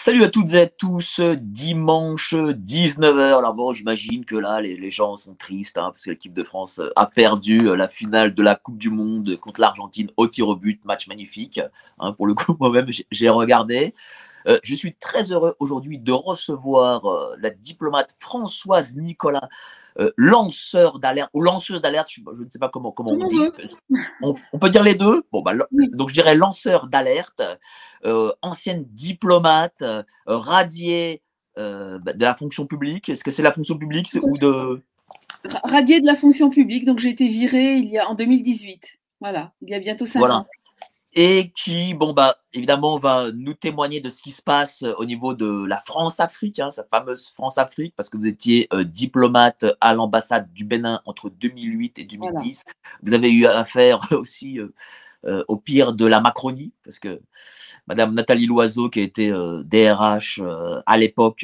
Salut à toutes et à tous, dimanche 19h. Alors bon, j'imagine que là, les gens sont tristes parce que l'équipe de France a perdu la finale de la Coupe du Monde contre l'Argentine au tir au but, match magnifique. Pour le coup, moi-même, j'ai regardé. Je suis très heureux aujourd'hui de recevoir la diplomate Françoise Nicolas, lanceur d'alerte ou lanceuse d'alerte, je ne sais pas comment Comme on on dit. veut. On peut dire les deux. Bon, Oui. donc je dirais lanceur d'alerte, ancienne diplomate, radiée de la fonction publique. Est-ce que c'est la fonction publique ou de... Radiée de la fonction publique, donc j'ai été virée en 2018. Voilà, il y a bientôt 5 Voilà. ans. Et qui, bon, évidemment, va nous témoigner de ce qui se passe au niveau de la France-Afrique, sa fameuse France-Afrique, parce que vous étiez diplomate à l'ambassade du Bénin entre 2008 et Voilà. 2010. Vous avez eu affaire aussi au pire de la Macronie, parce que Madame Nathalie Loiseau, qui a été DRH à l'époque,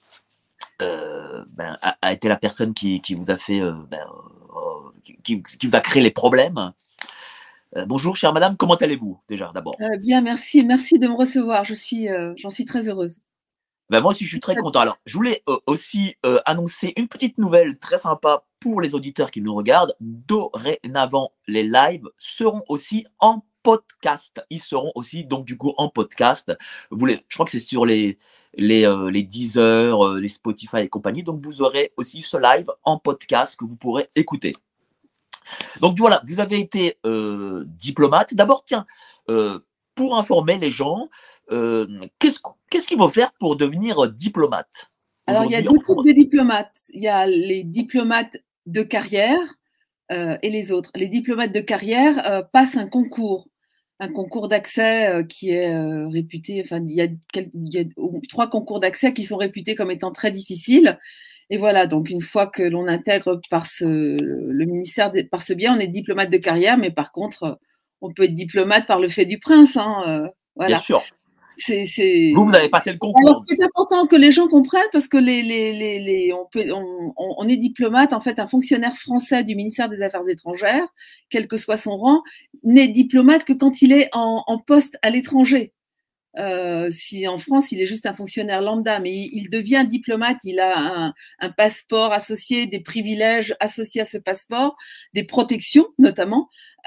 a été la personne qui vous a fait, qui vous a créé les problèmes. Bonjour, chère madame, comment allez-vous déjà d'abord? Bien, merci. Merci de me recevoir. J'en suis très heureuse. Moi aussi, je suis très content. Alors, je voulais aussi annoncer une petite nouvelle très sympa pour les auditeurs qui nous regardent. Dorénavant, les lives seront aussi en podcast. Ils seront aussi, donc, du coup, en podcast. Je crois que c'est sur les Deezer, les Spotify et compagnie. Donc, vous aurez aussi ce live en podcast que vous pourrez écouter. Donc, voilà, vous avez été diplomate. D'abord, tiens, pour informer les gens, qu'est-ce qu'il faut faire pour devenir diplomate Alors, il y a aujourd'hui en deux types France? de diplomates. Il y a les diplomates de carrière et les autres. Les diplomates de carrière passent un concours d'accès qui est réputé. Enfin, il y a 3 concours d'accès qui sont réputés comme étant très difficiles. Et voilà, donc une fois que l'on intègre le ministère par ce biais, on est diplomate de carrière, mais par contre, on peut être diplomate par le fait du prince. Bien Voilà. sûr. C'est, Vous c'est... avez passé le Alors, concours. ce qui est important que les gens comprennent, parce que on est diplomate, en fait, un fonctionnaire français du ministère des Affaires étrangères, quel que soit son rang, n'est diplomate que quand il est en poste à l'étranger. Si en France, il est juste un fonctionnaire lambda, mais il devient diplomate, il a un passeport associé, des privilèges associés à ce passeport, des protections notamment,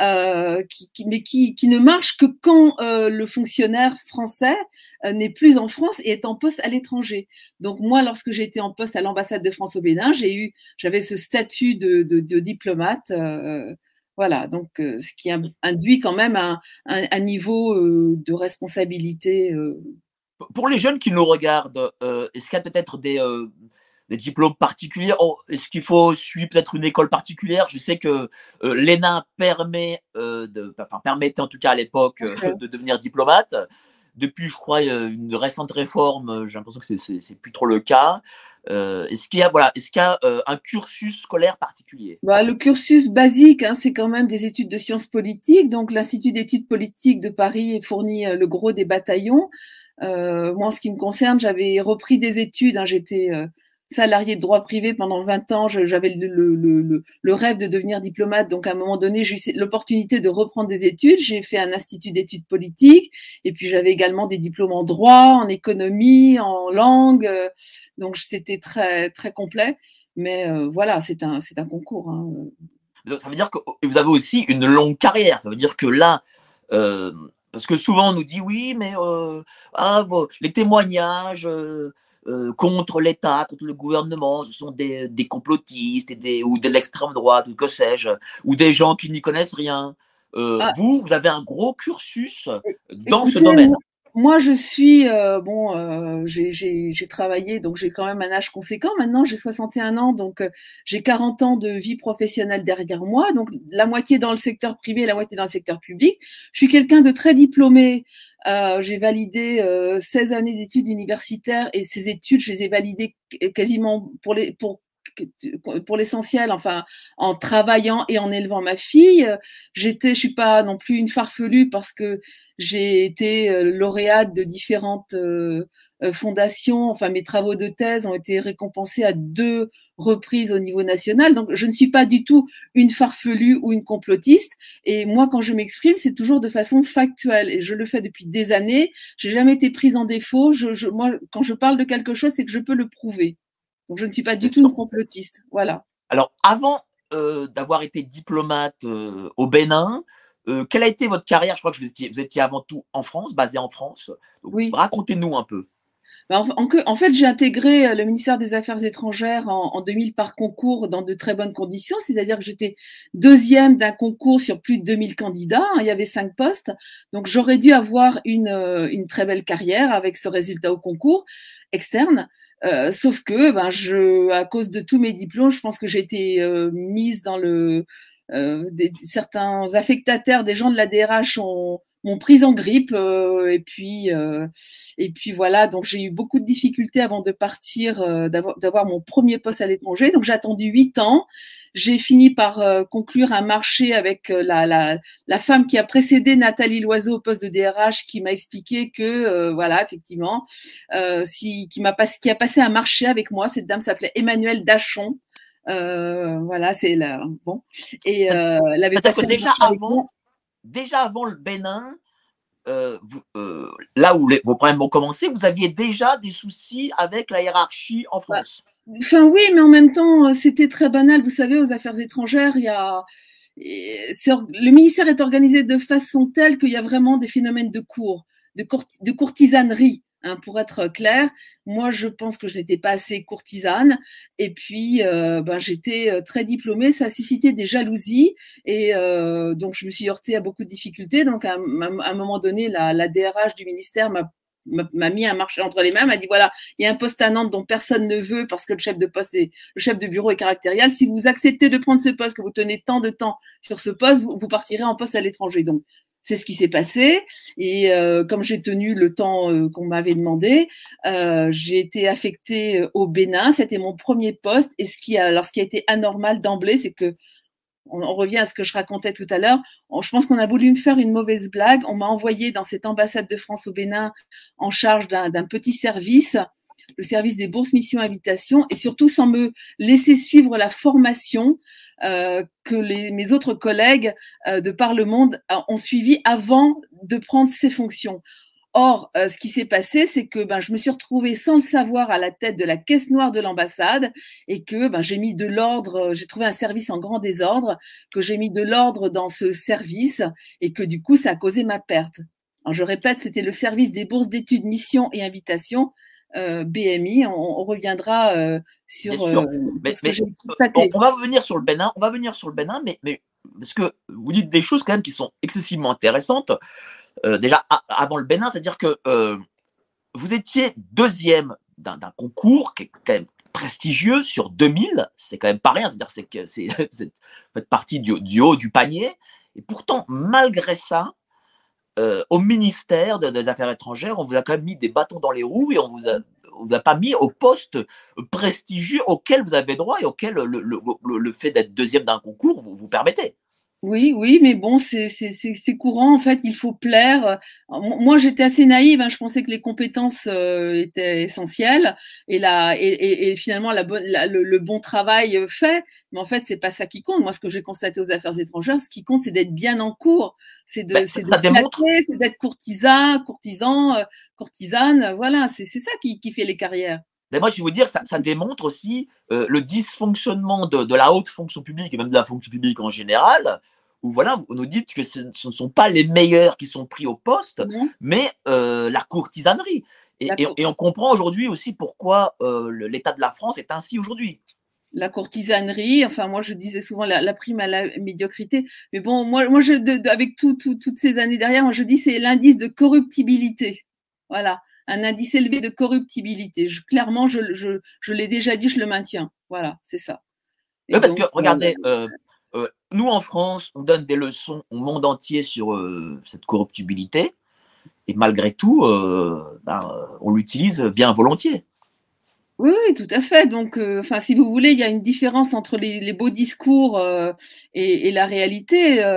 qui ne marchent que quand le fonctionnaire français n'est plus en France et est en poste à l'étranger. Donc moi, lorsque j'étais en poste à l'ambassade de France au Bénin, j'avais ce statut de diplomate. Voilà, donc ce qui induit quand même un niveau de responsabilité. Pour les jeunes qui nous regardent, est-ce qu'il y a peut-être des diplômes particuliers? Est-ce qu'il faut suivre peut-être une école particulière? Je sais que l'ENA permettait en tout cas à l'époque de devenir diplomate. Depuis, je crois, une récente réforme, j'ai l'impression que c'est plus trop le cas. Est-ce qu'il y a un cursus scolaire particulier? Le cursus basique, c'est quand même des études de sciences politiques. Donc, l'Institut d'études politiques de Paris fournit le gros des bataillons. Moi, en ce qui me concerne, j'avais repris des études. J'étais salariée de droit privé pendant 20 ans. J'avais le rêve de devenir diplomate. Donc, à un moment donné, j'ai eu l'opportunité de reprendre des études. J'ai fait un institut d'études politiques. Et puis, j'avais également des diplômes en droit, en économie, en langue. Donc, c'était très, très complet. Mais voilà, c'est un concours. Ça veut dire que vous avez aussi une longue carrière. Ça veut dire que là, parce que souvent on nous dit oui, mais les témoignages contre l'État, contre le gouvernement, ce sont des complotistes ou de l'extrême droite, ou que sais-je, ou des gens qui n'y connaissent rien. Ah, Vous avez un gros cursus dans ce écoutez, domaine. moi je suis j'ai travaillé, donc j'ai quand même un âge conséquent. Maintenant, j'ai 61 ans, donc j'ai 40 ans de vie professionnelle derrière moi, donc la moitié dans le secteur privé et la moitié dans le secteur public. Je suis quelqu'un de très diplômé. J'ai validé 16 années d'études universitaires, et ces études, je les ai validées quasiment pour l'essentiel, enfin, en travaillant et en élevant ma fille. Je suis pas non plus une farfelue, parce que j'ai été lauréate de différentes fondations. Enfin, mes travaux de thèse ont été récompensés à 2 reprise au niveau national. Donc, je ne suis pas du tout une farfelue ou une complotiste. Et moi, quand je m'exprime, c'est toujours de façon factuelle. Et je le fais depuis des années. J'ai jamais été prise en défaut. Moi, quand je parle de quelque chose, c'est que je peux le prouver. Donc, je ne suis pas du tout une complotiste. Voilà. Alors, avant d'avoir été diplomate au Bénin, quelle a été votre carrière? Je crois que vous étiez avant tout en France, basé en France. Donc, Oui. racontez-nous un peu. En fait, j'ai intégré le ministère des Affaires étrangères en 2000 par concours dans de très bonnes conditions, c'est-à-dire que j'étais deuxième d'un concours sur plus de 2000 candidats, il y avait 5 postes, donc j'aurais dû avoir une très belle carrière avec ce résultat au concours externe. Sauf que, à cause de tous mes diplômes, je pense que j'ai été mise dans certains affectataires, des gens de la DRH m'ont prise en grippe et puis voilà, donc j'ai eu beaucoup de difficultés avant de partir, d'avoir mon premier poste à l'étranger. Donc j'ai attendu 8 ans. J'ai fini par conclure un marché avec la femme qui a précédé Nathalie Loiseau au poste de DRH, qui m'a expliqué que voilà, effectivement, qui a passé un marché avec moi. Cette dame s'appelait Emmanuelle Dachon. Voilà, c'est la bon. Et elle avait passé un marché avec moi. Déjà avant le Bénin, là où vos problèmes ont commencé, vous aviez déjà des soucis avec la hiérarchie en France. Enfin oui, mais en même temps, c'était très banal. Vous savez, aux affaires étrangères, le ministère est organisé de façon telle qu'il y a vraiment des phénomènes de de courtisanerie. Hein, pour être clair, moi je pense que je n'étais pas assez courtisane et puis j'étais très diplômée, ça a suscité des jalousies et donc je me suis heurtée à beaucoup de difficultés. Donc à un moment donné, la DRH du ministère m'a mis un marché entre les mains, m'a dit voilà, il y a un poste à Nantes dont personne ne veut parce que le chef de bureau est caractériel. Si vous acceptez de prendre ce poste, que vous tenez tant de temps sur ce poste, vous partirez en poste à l'étranger. Donc c'est ce qui s'est passé. Et comme j'ai tenu le temps qu'on m'avait demandé, j'ai été affectée au Bénin. C'était mon premier poste. Et ce qui a été anormal d'emblée, c'est que on revient à ce que je racontais tout à l'heure. Je pense qu'on a voulu me faire une mauvaise blague. On m'a envoyé dans cette ambassade de France au Bénin en charge d'un petit service, le service des bourses mission invitation, et surtout sans me laisser suivre la formation que mes autres collègues de par le monde ont suivi avant de prendre ces fonctions. Or, ce qui s'est passé, c'est que je me suis retrouvée sans le savoir à la tête de la caisse noire de l'ambassade et que j'ai mis de l'ordre, j'ai trouvé un service en grand désordre, que j'ai mis de l'ordre dans ce service et que du coup, ça a causé ma perte. Alors, je répète, c'était le service des bourses d'études, missions et invitations, BMI. On reviendra sur ce que j'ai constaté. On va revenir sur le Bénin, mais parce que vous dites des choses quand même qui sont excessivement intéressantes. Déjà avant le Bénin, c'est-à-dire que vous étiez deuxième d'un concours qui est quand même prestigieux sur 2000, c'est quand même pas rien, c'est-à-dire que vous faites partie du haut du panier, et pourtant, malgré ça, au ministère des Affaires étrangères, on vous a quand même mis des bâtons dans les roues et on vous a pas mis au poste prestigieux auquel vous avez droit et auquel le fait d'être deuxième d'un concours vous permettez. Oui, mais bon, c'est courant. En fait, il faut plaire. Moi, j'étais assez naïve. Hein, je pensais que les compétences étaient essentielles et finalement le bon travail fait. Mais en fait, c'est pas ça qui compte. Moi, ce que j'ai constaté aux affaires étrangères, ce qui compte, c'est d'être bien en cours. C'est d'être courtisane. Voilà, c'est ça qui fait les carrières. Mais moi, je vais vous dire, ça démontre aussi le dysfonctionnement de la haute fonction publique et même de la fonction publique en général, où voilà, vous nous dites que ce ne sont pas les meilleurs qui sont pris au poste, mais la courtisanerie. Et on comprend aujourd'hui aussi pourquoi l'état de la France est ainsi aujourd'hui. La courtisanerie, enfin moi je disais souvent la prime à la médiocrité, mais bon, moi avec toutes ces années derrière, moi je dis c'est l'indice de corruptibilité. Voilà. Un indice élevé de corruptibilité. Clairement, je l'ai déjà dit, je le maintiens. Voilà, c'est ça. Oui, parce que, regardez, nous en France, on donne des leçons au monde entier sur cette corruptibilité, et malgré tout, on l'utilise bien volontiers. Oui, tout à fait. Donc, si vous voulez, il y a une différence entre les beaux discours et la réalité.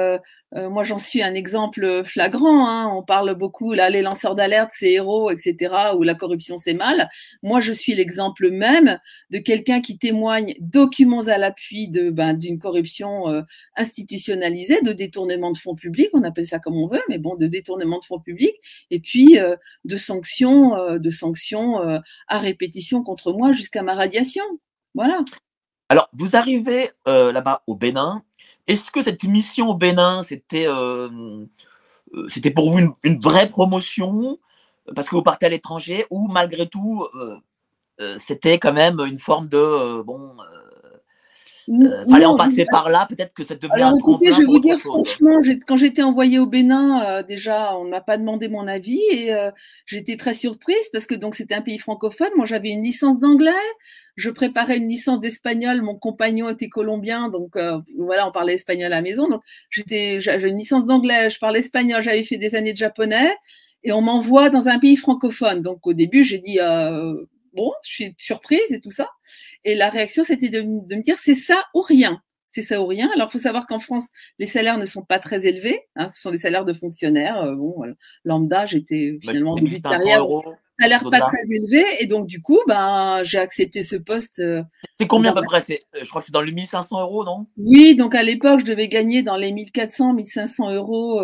moi, j'en suis un exemple flagrant. Hein. On parle beaucoup, là, les lanceurs d'alerte, c'est héros, etc., ou la corruption, c'est mal. Moi, je suis l'exemple même de quelqu'un qui témoigne, documents à l'appui d'une corruption institutionnalisée, de détournement de fonds publics, on appelle ça comme on veut, mais bon, de détournement de fonds publics, et puis de sanctions à répétition contre moi jusqu'à ma radiation. Voilà. Alors, vous arrivez là-bas au Bénin. Est-ce que cette mission au Bénin, c'était pour vous une vraie promotion parce que vous partez à l'étranger, ou malgré tout, c'était quand même une forme de fallait en passer par là, peut-être que ça devenait alors, un écoutez, tremplin je vais pour vous autre dire chose. franchement, quand j'étais envoyée au Bénin, déjà, on ne m'a pas demandé mon avis et j'étais très surprise parce que donc c'était un pays francophone. Moi, j'avais une licence d'anglais, je préparais une licence d'espagnol. Mon compagnon était colombien, donc voilà, on parlait espagnol à la maison. Donc j'avais une licence d'anglais, je parlais espagnol, j'avais fait des années de japonais et on m'envoie dans un pays francophone. Donc au début, j'ai dit bon, je suis surprise et tout ça. Et la réaction, c'était de me dire c'est ça ou rien. C'est ça ou rien. Alors, il faut savoir qu'en France, les salaires ne sont pas très élevés. Hein, ce sont des salaires de fonctionnaires. Voilà. Lambda, j'étais finalement en début de 1500 carrière. euros, Salaire pas très élevé. Et donc, du coup, j'ai accepté ce poste. C'est combien à peu près? Je crois que c'est dans les 1500 euros, non? Oui, donc à l'époque, je devais gagner dans les 1400, 1500 euros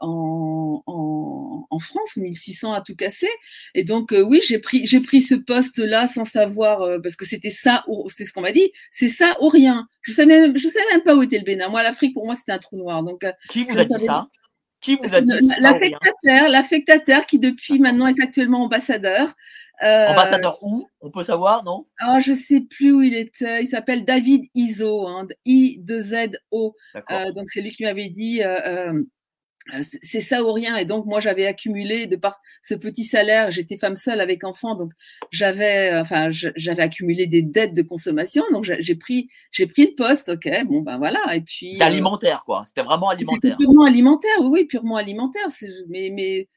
en France, 1600 à tout casser. Et donc, oui, j'ai pris ce poste-là sans savoir, parce que c'était ça, c'est ce qu'on m'a dit, c'est ça ou rien. Je savais même pas où était le Bénin. Moi, l'Afrique, pour moi, c'était un trou noir. Donc, Qui vous a dit ça? Qui vous a dit ça ou rien? L'affectataire qui depuis maintenant est actuellement ambassadeur. Ambassadeur où? On peut savoir, non? Oh, je sais plus où il était. Il s'appelle David Izo, hein, I-2-Z-O. Donc c'est lui qui m'avait dit c'est ça ou rien. Et donc moi j'avais accumulé de par ce petit salaire. J'étais femme seule avec enfant, donc j'avais accumulé des dettes de consommation. Donc j'ai pris le poste. Ok, bon ben voilà. Et puis c'était alimentaire, quoi. C'était vraiment alimentaire. C'était purement alimentaire. Oui, purement alimentaire. Mais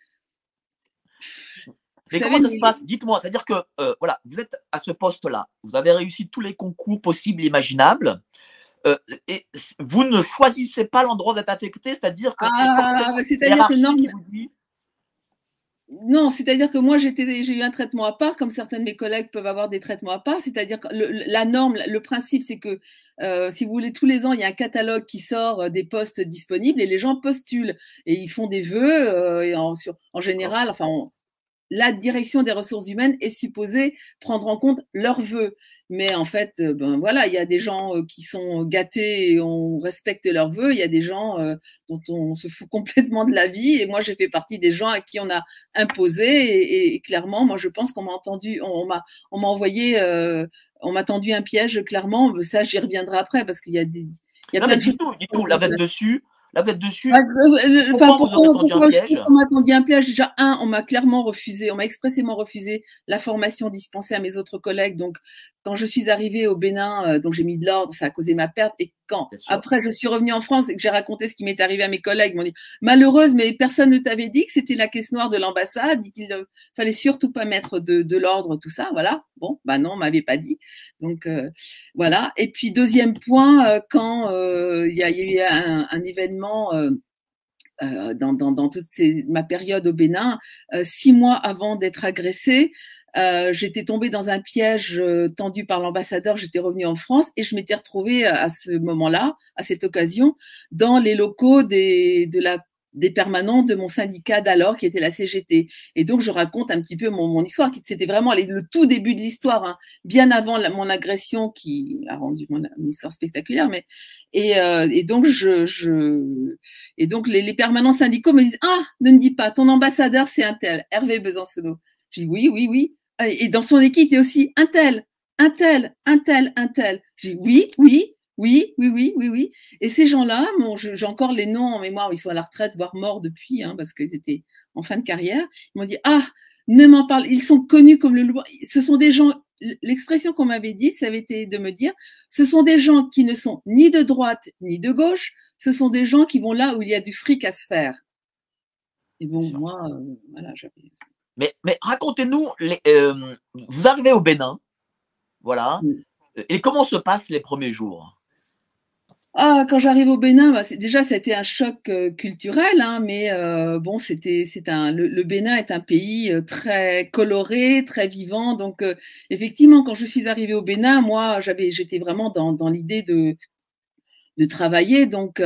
comment ça se passe? Dites-moi. C'est-à-dire que voilà, vous êtes à ce poste-là. Vous avez réussi tous les concours possibles, imaginables. Et vous ne choisissez pas l'endroit où vous êtes affecté, c'est-à-dire que c'est forcément l'hiérarchie qui vous dit. Non, c'est-à-dire que moi, j'ai eu un traitement à part, comme certains de mes collègues peuvent avoir des traitements à part. C'est-à-dire que la norme, le principe, c'est que si vous voulez, tous les ans, il y a un catalogue qui sort des postes disponibles et les gens postulent et ils font des vœux. Et en général, la direction des ressources humaines est supposée prendre en compte leurs vœux. Mais en fait, voilà, il y a des gens qui sont gâtés et on respecte leurs vœux. Il y a des gens dont on se fout complètement de la vie. Et moi, j'ai fait partie des gens à qui on a imposé. Et clairement, moi, je pense qu'on m'a entendu, on m'a envoyé, on m'a tendu un piège. Clairement, ça, j'y reviendrai après parce qu'il y a des, il y a non, plein mais de choses. du tout, là, vous êtes dessus. Là, vous êtes dessus. Pourquoi on m'a tendu un piège? Déjà, on m'a clairement refusé, on m'a expressément refusé la formation dispensée à mes autres collègues. Donc, quand je suis arrivée au Bénin, donc j'ai mis de l'ordre, ça a causé ma perte. Et quand après je suis revenue en France et que j'ai raconté ce qui m'est arrivé à mes collègues, ils m'ont dit malheureuse, mais personne ne t'avait dit que c'était la caisse noire de l'ambassade, qu'il ne fallait surtout pas mettre de l'ordre, tout ça. Voilà. Bon, bah non, on m'avait pas dit. Donc voilà. Et puis deuxième point, quand il y a eu un événement. Dans toute ma période au Bénin, 6 mois avant d'être agressée, j'étais tombée dans un piège tendu par l'ambassadeur. J'étais revenue en France et je m'étais retrouvée à ce moment-là, à cette occasion, dans les locaux des permanents de mon syndicat d'alors, qui était la CGT. Et donc, je raconte un petit peu mon histoire, qui c'était vraiment le tout début de l'histoire, hein, bien avant mon agression qui a rendu mon histoire spectaculaire. Mais et donc, et donc les permanents syndicaux me disent ah, ne me dis pas, ton ambassadeur c'est un tel, Hervé Besancenot. Je dis oui, oui, oui. Et dans son équipe, il y a aussi un tel, un tel, un tel, un tel. Je dis oui, oui. Oui, oui, oui, oui, oui. Et ces gens-là, bon, j'ai encore les noms en mémoire, ils sont à la retraite, voire morts depuis, hein, parce qu'ils étaient en fin de carrière. Ils m'ont dit ah, ne m'en parle. Ils sont connus comme le loup. Ce sont des gens. L'expression qu'on m'avait dite, ça avait été de me dire, ce sont des gens qui ne sont ni de droite ni de gauche. Ce sont des gens qui vont là où il y a du fric à se faire. Et bon, moi, voilà, j'avais. Mais racontez-nous, vous arrivez au Bénin, voilà, et comment se passent les premiers jours? Ah, quand j'arrive au Bénin, bah, déjà, ça a été un choc culturel, hein, mais bon, le Bénin est un pays très coloré, très vivant. Donc, effectivement, quand je suis arrivée au Bénin, moi, j'étais vraiment dans l'idée de travailler. Donc,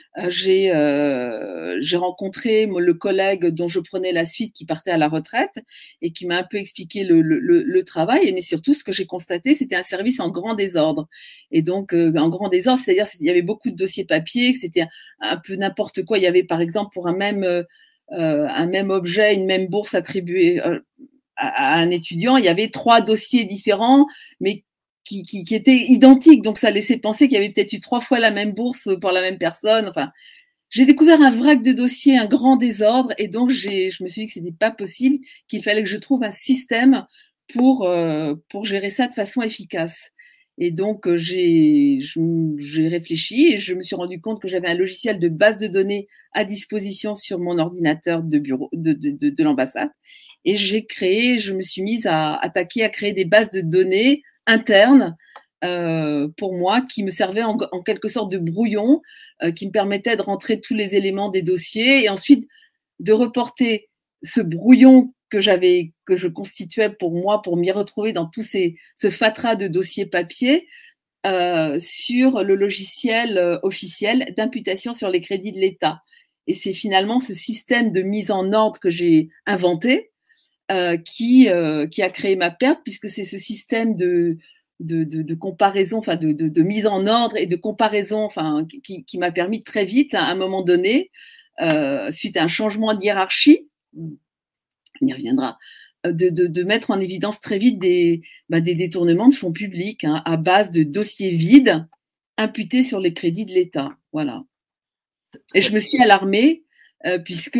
j'ai rencontré le collègue dont je prenais la suite qui partait à la retraite et qui m'a un peu expliqué le travail. Mais surtout, ce que j'ai constaté, c'était un service en grand désordre. Et donc, en grand désordre, c'est-à-dire qu'il y avait beaucoup de dossiers papier, que c'était un peu n'importe quoi. Il y avait, par exemple, pour un même objet, une même bourse attribuée à un étudiant, il y avait 3 dossiers différents, mais qui étaient identiques. Donc, ça laissait penser qu'il y avait peut-être eu 3 fois la même bourse pour la même personne. Enfin, j'ai découvert un vrac de dossiers, un grand désordre. Et donc, je me suis dit que ce n'était pas possible, qu'il fallait que je trouve un système pour gérer ça de façon efficace. Et donc, j'ai réfléchi et je me suis rendu compte que j'avais un logiciel de base de données à disposition sur mon ordinateur de bureau de l'ambassade. Et je me suis mise à attaquer à créer des bases de données internes pour moi qui me servaient en quelque sorte de brouillon qui me permettait de rentrer tous les éléments des dossiers et ensuite de reporter ce brouillon que je constituais pour moi pour m'y retrouver dans ce fatras de dossiers papier sur le logiciel officiel d'imputation sur les crédits de l'État. Et c'est finalement ce système de mise en ordre que j'ai inventé qui a créé ma perte, puisque c'est ce système de comparaison, enfin de mise en ordre et de comparaison, enfin qui m'a permis très vite, à un moment donné, suite à un changement de hiérarchie, on y reviendra, de mettre en évidence très vite des détournements de fonds publics à base de dossiers vides imputés sur les crédits de l'État. Voilà. Et je me suis alarmée puisque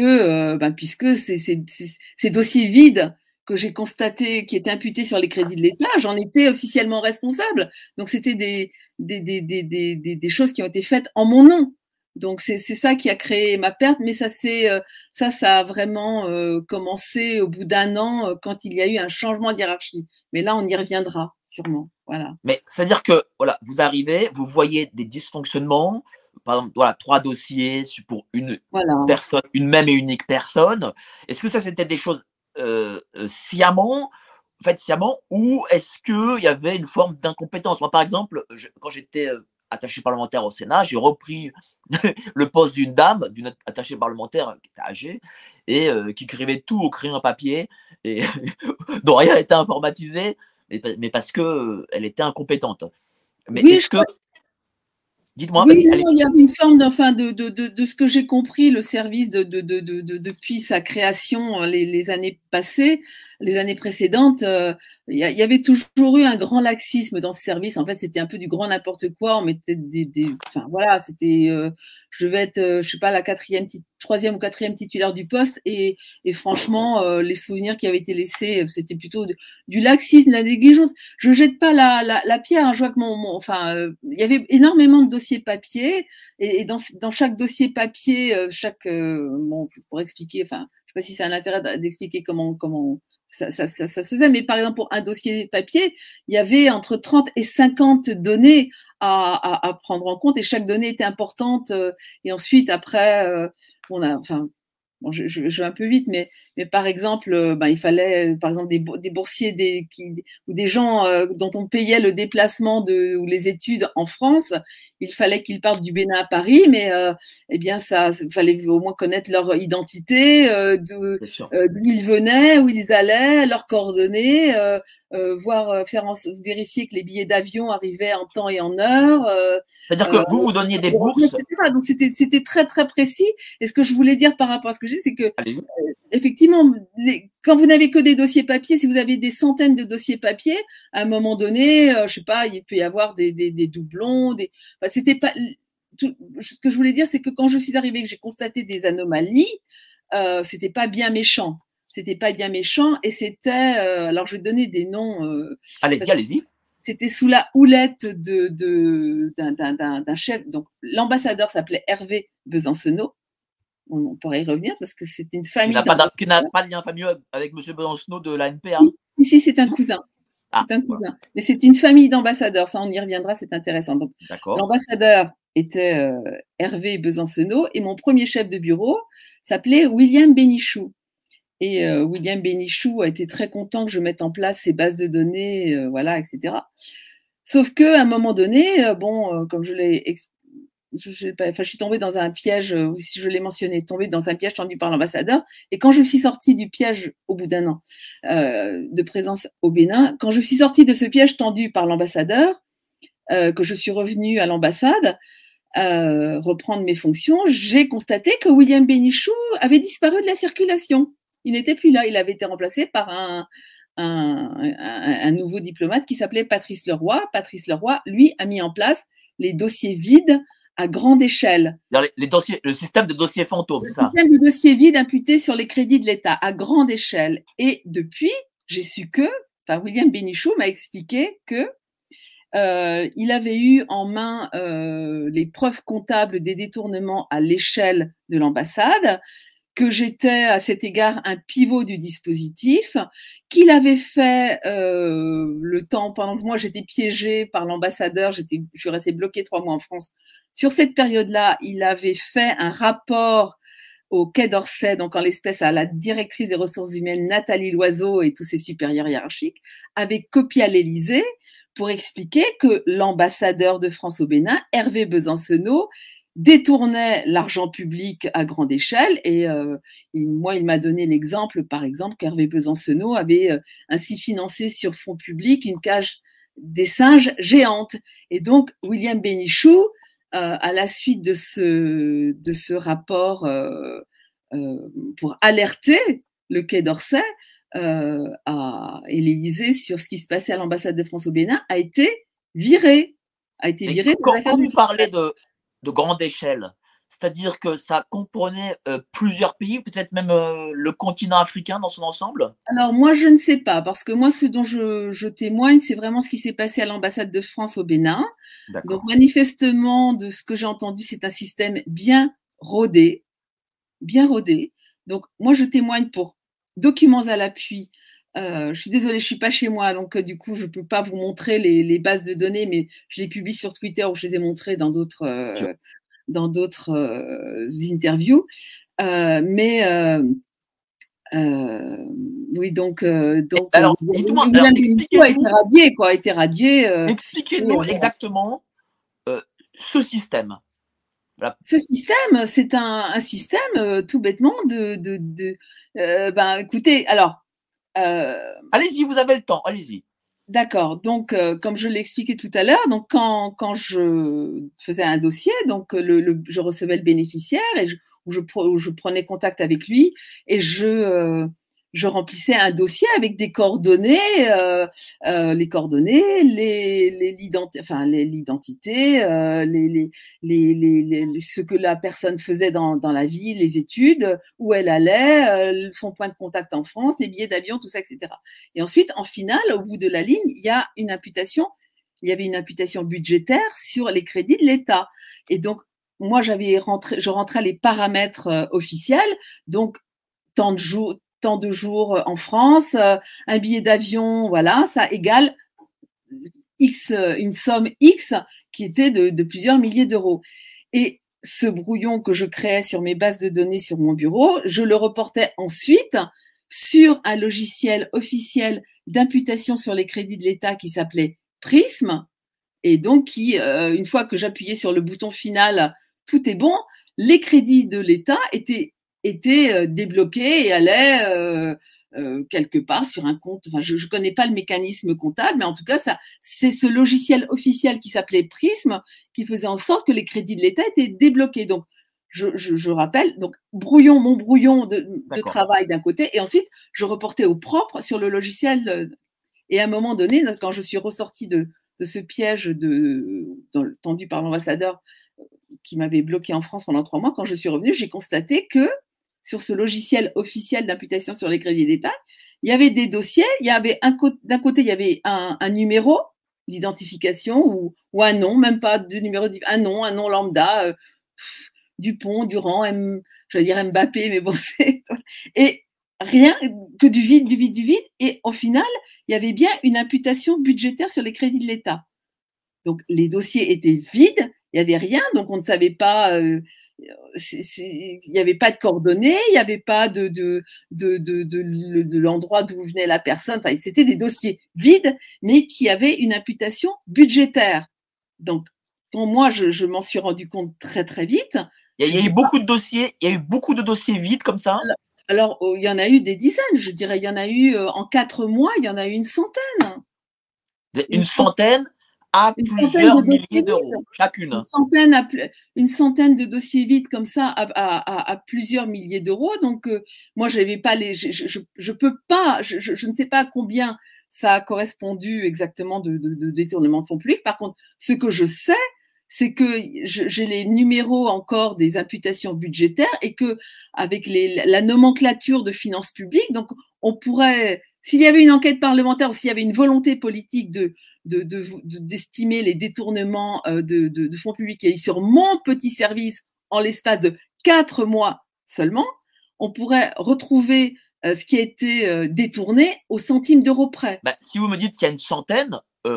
ces dossiers vides que j'ai constatés qui étaient imputés sur les crédits de l'État, j'en étais officiellement responsable. Donc c'était des choses qui ont été faites en mon nom. Donc c'est ça qui a créé ma perte, mais ça a vraiment commencé au bout d'un an quand il y a eu un changement de hiérarchie. Mais là on y reviendra sûrement. Voilà. Mais c'est-à-dire que voilà, vous arrivez, vous voyez des dysfonctionnements, par exemple, voilà, 3 dossiers pour une Voilà. personne, une même et unique personne. Est-ce que ça, c'était des choses sciemment, faites sciemment, ou est-ce qu'il y avait une forme d'incompétence? Moi, par exemple, quand j'étais attaché parlementaire au Sénat, j'ai repris le poste d'une dame, d'une attachée parlementaire qui était âgée, et qui écrivait tout au crayon à papier, et dont rien n'était informatisé, mais parce qu'elle était incompétente. Mais Oui, est-ce que. Dites-moi, oui, vas-y, allez. non, il y avait une forme de ce que j'ai compris, le service depuis sa création les années passées, les années précédentes, il y avait toujours eu un grand laxisme dans ce service. En fait, c'était un peu du grand n'importe quoi. On mettait enfin voilà, c'était, je devais être, je sais pas, la troisième ou quatrième titulaire du poste, et franchement, les souvenirs qui avaient été laissés, c'était plutôt du laxisme, de la négligence. Je jette pas la pierre. Hein, je vois que enfin, il y avait énormément de dossiers papier, et dans chaque dossier papier, bon, pour expliquer, enfin, je sais pas si c'est un intérêt d'expliquer comment ça se faisait, mais par exemple pour un dossier papier, il y avait entre 30 et 50 données à prendre en compte, et chaque donnée était importante. Et ensuite, après, enfin, bon, je vais un peu vite, mais par exemple, il fallait, par exemple, des boursiers ou des gens dont on payait le déplacement ou les études en France. Il fallait qu'ils partent du Bénin à Paris, mais eh bien, il fallait au moins connaître leur identité, d'où ils venaient, où ils allaient, leurs coordonnées, vérifier que les billets d'avion arrivaient en temps et en heure. C'est-à-dire que vous donniez des bourses. Etc. Donc c'était très très précis. Et ce que je voulais dire par rapport à ce que je dis, c'est que Allez-y. effectivement, quand vous n'avez que des dossiers papier, si vous avez des centaines de dossiers papier, à un moment donné, je sais pas, il peut y avoir des doublons. Enfin, c'était pas. Ce que je voulais dire, c'est que quand je suis arrivée, que j'ai constaté des anomalies, c'était pas bien méchant. C'était pas bien méchant, et c'était. Alors, je vais donner des noms. Allez-y, allez-y. C'était sous la houlette d'un chef. Donc, l'ambassadeur s'appelait Hervé Besancenot. On pourrait y revenir parce que c'est une famille. Qui n'a pas de lien familial avec M. Besancenot de la NPA. Ici, c'est un cousin. C'est un cousin. Voilà. Mais c'est une famille d'ambassadeurs. Ça, on y reviendra, c'est intéressant. Donc, l'ambassadeur était Hervé Besancenot et mon premier chef de bureau s'appelait William Bénichou. Et William Bénichou a été très content que je mette en place ces bases de données, voilà, etc. Sauf qu'à un moment donné, comme je suis tombée dans un piège, ou si je l'ai mentionné, tombée dans un piège tendu par l'ambassadeur. Et quand je suis sortie du piège au bout d'un an de présence au Bénin, quand je suis sortie de ce piège tendu par l'ambassadeur, que je suis revenue à l'ambassade, reprendre mes fonctions, j'ai constaté que William Bénichou avait disparu de la circulation. Il n'était plus là, il avait été remplacé par un nouveau diplomate qui s'appelait Patrice Leroy. Patrice Leroy, lui, a mis en place les dossiers vides à grande échelle. Les dossiers, le système de dossiers fantômes, c'est ça? Le système de dossiers vides imputés sur les crédits de l'État à grande échelle. Et depuis, j'ai su William Bénichou m'a expliqué que il avait eu en main les preuves comptables des détournements à l'échelle de l'ambassade, que j'étais à cet égard un pivot du dispositif, qu'il avait fait le temps pendant que moi j'étais piégée par l'ambassadeur, je suis restée bloquée 3 mois en France. Sur cette période-là, il avait fait un rapport au Quai d'Orsay, donc en l'espèce à la directrice des ressources humaines Nathalie Loiseau et tous ses supérieurs hiérarchiques, avait copié à l'Élysée pour expliquer que l'ambassadeur de France au Bénin, Hervé Besancenot, détournait l'argent public à grande échelle. Et moi, il m'a donné l'exemple, par exemple, qu'Hervé Besancenot avait ainsi financé sur fonds publics une cage des singes géante. Et donc, William Bénichou, à la suite de ce rapport pour alerter le Quai d'Orsay et l'Élysée sur ce qui se passait à l'ambassade de France au Bénin, a été viré. Quand vous parlez de grande échelle, c'est-à-dire que ça comprenait plusieurs pays, peut-être même le continent africain dans son ensemble? Alors moi, je ne sais pas, parce que moi, ce dont je témoigne, c'est vraiment ce qui s'est passé à l'ambassade de France au Bénin. D'accord. Donc manifestement, de ce que j'ai entendu, c'est un système bien rodé. Donc moi, je témoigne pour documents à l'appui. Je suis désolée, je suis pas chez moi, donc du coup, je peux pas vous montrer les bases de données, mais je les publie sur Twitter ou je les ai montrées dans d'autres interviews. Oui, donc alors, dites-moi, a été radié. Expliquez-nous exactement ce système. Voilà. Ce système, c'est un système tout bêtement écoutez, alors. Allez-y, vous avez le temps, allez-y. D'accord. Donc, comme je l'ai expliqué tout à l'heure, donc quand je faisais un dossier, donc je recevais le bénéficiaire et je prenais contact avec lui et je remplissais un dossier avec des coordonnées, les coordonnées, l'identité, ce que la personne faisait dans la vie, les études, où elle allait, son point de contact en France, les billets d'avion, tout ça, etc. Et ensuite, en finale, au bout de la ligne, il y avait une imputation budgétaire sur les crédits de l'État. Et donc, moi, je rentrais les paramètres officiels, donc tant de jours en France, un billet d'avion, voilà, ça égale X, une somme X qui était de plusieurs milliers d'euros. Et ce brouillon que je créais sur mes bases de données sur mon bureau, je le reportais ensuite sur un logiciel officiel d'imputation sur les crédits de l'État qui s'appelait Prism, et donc qui, une fois que j'appuyais sur le bouton final, tout est bon, les crédits de l'État étaient débloqués et allaient quelque part sur un compte. Enfin, je connais pas le mécanisme comptable, mais en tout cas, c'est ce logiciel officiel qui s'appelait Prism qui faisait en sorte que les crédits de l'État étaient débloqués. Donc, je rappelle, donc mon brouillon de travail d'un côté, et ensuite je reportais au propre sur le logiciel. Et à un moment donné, quand je suis ressortie de ce piège tendu par l'ambassadeur qui m'avait bloqué en France pendant 3 mois, quand je suis revenue, j'ai constaté que sur ce logiciel officiel d'imputation sur les crédits d'État, il y avait des dossiers, d'un côté, il y avait un numéro d'identification ou un nom, même pas de numéro, un nom lambda, Dupont, Durand, j'allais dire Mbappé, mais bon, et rien que du vide. Et au final, il y avait bien une imputation budgétaire sur les crédits de l'État. Donc, les dossiers étaient vides il y avait rien, donc on ne savait pas. Il n'y avait pas de coordonnées, il n'y avait pas de l'endroit d'où venait la personne. Enfin, c'était des dossiers vides, mais qui avaient une imputation budgétaire. Donc, quand moi, je m'en suis rendu compte très, très vite. Il y a eu beaucoup de dossiers, il y a eu beaucoup de dossiers vides comme ça. Alors, il y en a eu des dizaines, je dirais. Il y en a eu, en 4 mois, il y en a eu une centaine. Une centaine à plusieurs milliers d'euros chacune. Une centaine de dossiers vides comme ça à plusieurs milliers d'euros. Donc, moi, j'avais pas je peux pas, je ne sais pas à combien ça a correspondu exactement de détournement de fonds publics. Par contre, ce que je sais, c'est que j'ai les numéros encore des imputations budgétaires et que avec la nomenclature de finances publiques, donc on pourrait, s'il y avait une enquête parlementaire ou s'il y avait une volonté politique d'estimer les détournements de fonds publics qu'il y a eu sur mon petit service en l'espace de 4 mois seulement, on pourrait retrouver ce qui a été détourné au centime d'euro près. Bah, si vous me dites qu'il y a une centaine,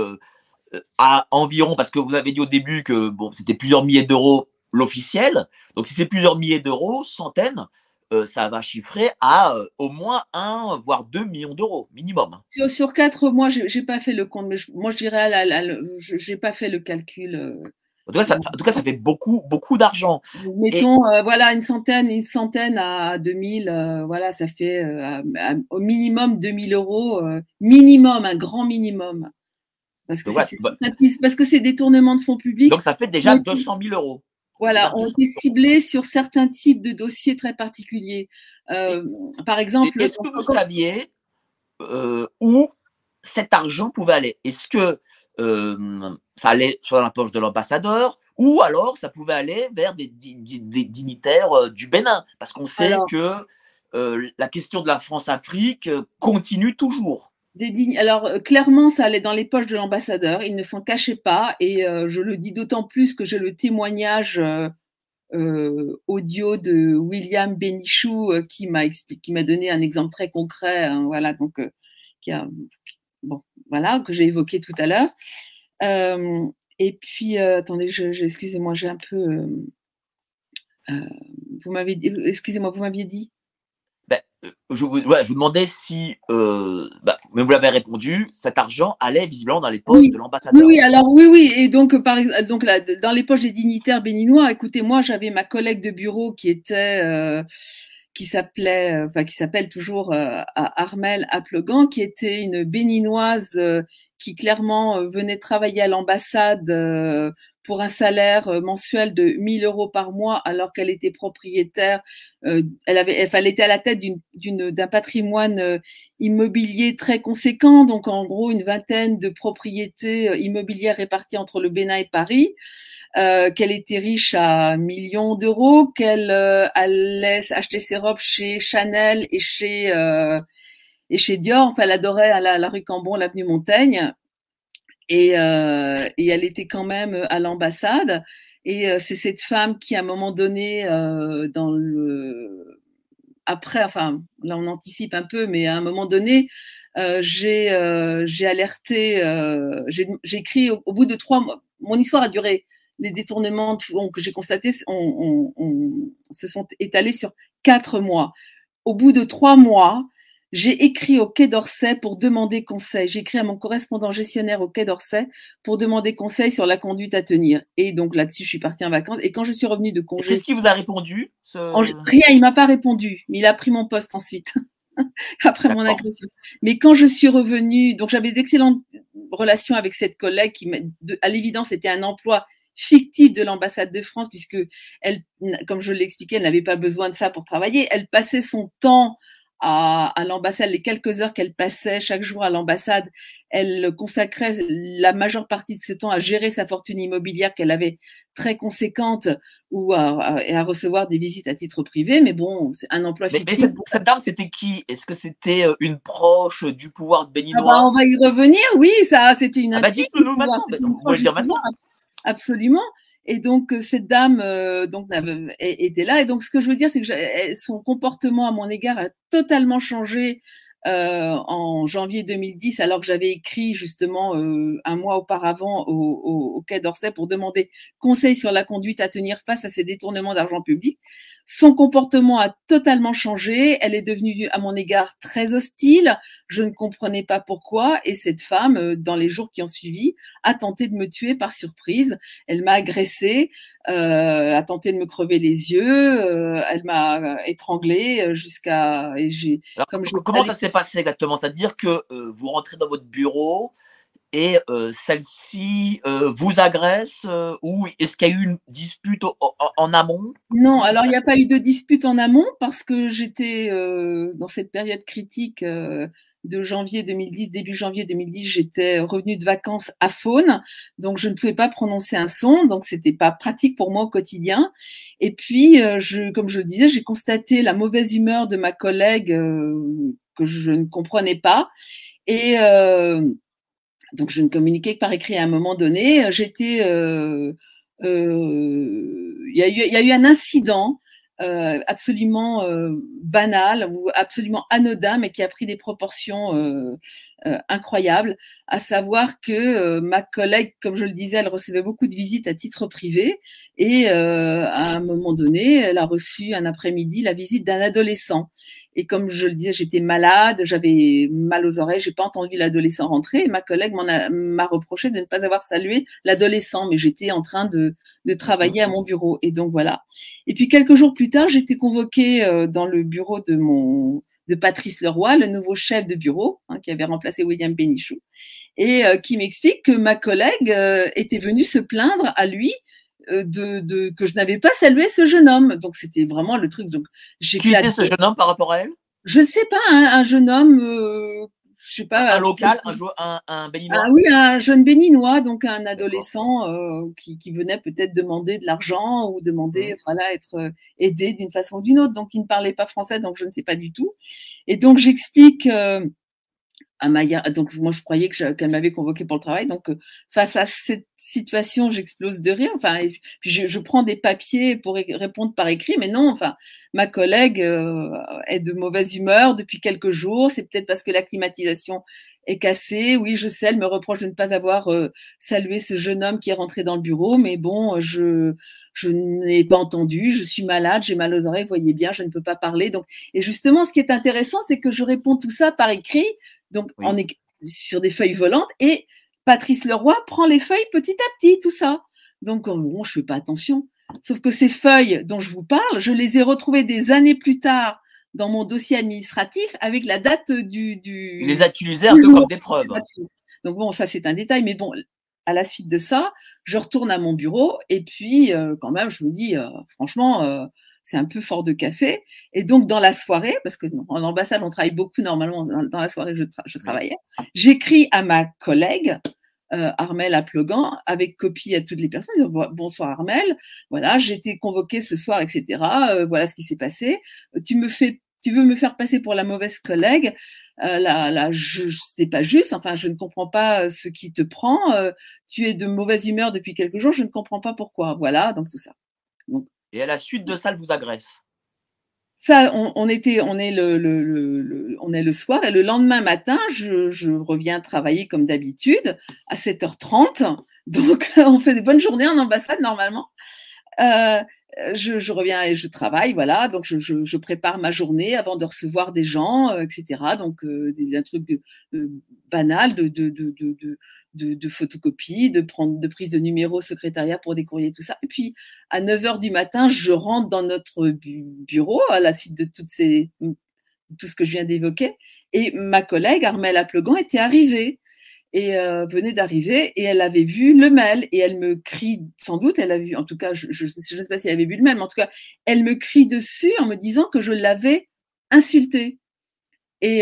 à environ, parce que vous avez dit au début que bon, c'était plusieurs milliers d'euros l'officiel, donc si c'est plusieurs milliers d'euros, centaines, ça va chiffrer à au moins 1 voire 2 millions d'euros minimum. Sur 4 mois, j'ai pas fait le compte, mais moi je dirais, j'ai pas fait le calcul. En tout cas, ça fait beaucoup, beaucoup d'argent. Mettons, voilà, une centaine à 2000, voilà, ça fait au minimum 2000 euros, minimum, un grand minimum. Parce que parce que c'est détournement de fonds publics. Donc, ça fait déjà 200 000 euros. Voilà, ont été ciblés sur certains types de dossiers très particuliers. Par exemple… Est-ce que vous saviez où cet argent pouvait aller? Est-ce que ça allait soit dans la poche de l'ambassadeur ou alors ça pouvait aller vers des dignitaires du Bénin? Parce qu'on sait que la question de la France-Afrique continue toujours. Alors, clairement, ça allait dans les poches de l'ambassadeur. Il ne s'en cachait pas. Et je le dis d'autant plus que j'ai le témoignage audio de William Benichou qui m'a donné un exemple très concret. Hein, voilà, donc, voilà, que j'ai évoqué tout à l'heure. Et puis, attendez, excusez-moi, j'ai un peu… excusez-moi, vous m'aviez dit… Ben, je vous demandais si, mais vous l'avez répondu, cet argent allait visiblement dans les poches de l'ambassadeur. Oui, alors oui, et donc là, dans les poches des dignitaires béninois, écoutez, moi j'avais ma collègue de bureau qui était, qui s'appelle toujours Armelle Aplegan, qui était une béninoise qui clairement venait travailler à l'ambassade pour un salaire mensuel de 1 000 euros par mois, alors qu'elle était propriétaire. Elle était à la tête d'un patrimoine immobilier très conséquent, donc en gros une vingtaine de propriétés immobilières réparties entre le Bénin et Paris. Qu'elle était riche à millions d'euros, qu'elle allait acheter ses robes chez Chanel et chez Dior. Enfin, elle adorait la rue Cambon, l'avenue Montaigne. Et elle était quand même à l'ambassade. Et c'est cette femme qui, à un moment donné, après, enfin, là on anticipe un peu, mais à un moment donné, j'ai alerté, j'ai écrit au bout de 3 mois. Mon histoire a duré. Les détournements de fonds que j'ai constatés se sont étalés sur 4 mois. Au bout de 3 mois, j'ai écrit au Quai d'Orsay pour demander conseil. J'ai écrit à mon correspondant gestionnaire au Quai d'Orsay pour demander conseil sur la conduite à tenir. Et donc là-dessus, je suis partie en vacances. Et quand je suis revenue de congé… Qu'est-ce qu'il vous a répondu Rien, il ne m'a pas répondu. Mais il a pris mon poste ensuite, après mon agression. Mais quand je suis revenue, donc j'avais d'excellentes relations avec cette collègue qui, à l'évidence, était un emploi fictif de l'ambassade de France, puisque elle, comme je l'ai expliqué, elle n'avait pas besoin de ça pour travailler. Elle passait son temps à l'ambassade, les quelques heures qu'elle passait chaque jour à l'ambassade, elle consacrait la majeure partie de ce temps à gérer sa fortune immobilière qu'elle avait très conséquente ou à recevoir des visites à titre privé. Mais bon, c'est un emploi fictif. Mais cette dame, c'était qui? Est-ce que c'était une proche du pouvoir béninois? On va y revenir, oui, ça, c'était une intime. Dites-le maintenant, vous pouvez le dire maintenant. Absolument. Et donc, cette dame était là. Et donc, ce que je veux dire, c'est que son comportement à mon égard a totalement changé en janvier 2010, alors que j'avais écrit justement un mois auparavant au Quai d'Orsay pour demander conseil sur la conduite à tenir face à ces détournements d'argent public. Son comportement a totalement changé. Elle est devenue à mon égard très hostile. Je ne comprenais pas pourquoi. Et cette femme, dans les jours qui ont suivi, a tenté de me tuer par surprise. Elle m'a agressée, a tenté de me crever les yeux. Elle m'a étranglée jusqu'à. Et j'ai, Alors, comme comment ça s'est passé exactement? C'est-à-dire que vous rentrez dans votre bureau et celle-ci vous agresse ou est-ce qu'il y a eu une dispute en amont? Non, Comment ça se alors il n'y passe? a pas eu de dispute en amont parce que j'étais dans cette période critique de janvier 2010, début janvier 2010, j'étais revenue de vacances à Faune, donc je ne pouvais pas prononcer un son, donc c'était pas pratique pour moi au quotidien. Et puis, comme je le disais, j'ai constaté la mauvaise humeur de ma collègue que je ne comprenais pas. Et donc je ne communiquais que par écrit à un moment donné. Il y a eu un incident absolument banal ou absolument anodin, mais qui a pris des proportions incroyables, à savoir que ma collègue, comme je le disais, elle recevait beaucoup de visites à titre privé, et à un moment donné, elle a reçu un après-midi la visite d'un adolescent. Et comme je le disais, j'étais malade, j'avais mal aux oreilles, j'ai pas entendu l'adolescent rentrer. Et ma collègue m'a reproché de ne pas avoir salué l'adolescent, mais j'étais en train de travailler à mon bureau. Et donc voilà. Et puis quelques jours plus tard, j'étais convoquée dans le bureau de Patrice Leroy, le nouveau chef de bureau, qui avait remplacé William Bénichou, et qui m'explique que ma collègue était venue se plaindre à lui que je n'avais pas salué ce jeune homme. Donc c'était vraiment le truc. Donc Qui j'éclate. était ce jeune homme par rapport à elle? Je sais pas, un jeune homme, je sais pas. Un local, un Ah béninois? oui, un jeune béninois, donc un D'accord. adolescent qui venait peut-être demander de l'argent ou demander, Mmh. voilà, être aidé d'une façon ou d'une autre. Donc il ne parlait pas français, donc je ne sais pas du tout. Et donc j'explique à Maya, donc moi je croyais qu'elle m'avait convoqué pour le travail, donc face à cette situation, j'explose de rire. Enfin, et puis je prends des papiers pour répondre par écrit, mais non, enfin, ma collègue est de mauvaise humeur depuis quelques jours. C'est peut-être parce que la climatisation est cassée. Oui, je sais, elle me reproche de ne pas avoir salué ce jeune homme qui est rentré dans le bureau, mais bon, je n'ai pas entendu. Je suis malade, j'ai mal aux oreilles, vous voyez bien, je ne peux pas parler. Donc, et justement, ce qui est intéressant, c'est que je réponds tout ça par écrit, donc Oui. sur des feuilles volantes, et Patrice Leroy prend les feuilles petit à petit, tout ça. Donc bon, je fais pas attention. Sauf que ces feuilles dont je vous parle, je les ai retrouvées des années plus tard dans mon dossier administratif avec la date Il les a utilisés un du peu comme jour. des preuves. Donc bon, ça c'est un détail, mais bon, à la suite de ça, je retourne à mon bureau et puis quand même, je me dis, franchement, c'est un peu fort de café. Et donc, dans la soirée, parce que en ambassade, on travaille beaucoup normalement, dans la soirée, je Oui. travaillais, j'écris à ma collègue, Armelle Aplegan, avec copie à toutes les personnes, disant, bonsoir Armelle, voilà, j'ai été convoquée ce soir, etc. Voilà ce qui s'est passé. Tu veux me faire passer pour la mauvaise collègue. C'est pas juste. Enfin, je ne comprends pas ce qui te prend. Tu es de mauvaise humeur depuis quelques jours. Je ne comprends pas pourquoi. Voilà, donc tout ça. Donc, Et à la suite de ça, elle vous agresse. ça, on est on est le soir et le lendemain matin, je reviens travailler comme d'habitude à 7h30. Donc, on fait des bonnes journées en ambassade normalement. Euh, je reviens et je travaille, voilà. Donc, je prépare ma journée avant de recevoir des gens, etc. Donc, un truc banal de photocopie, de prise de numéro secrétariat pour des courriers, tout ça. Et puis, à 9h du matin, je rentre dans notre bureau à la suite de tout ce que je viens d'évoquer. Et ma collègue, Armelle Aplegan, était arrivée et venait d'arriver et elle avait vu le mail et elle me crie, sans doute, elle a vu, en tout cas, je ne sais pas si elle avait vu le mail, mais en tout cas, elle me crie dessus en me disant que je l'avais insultée. Et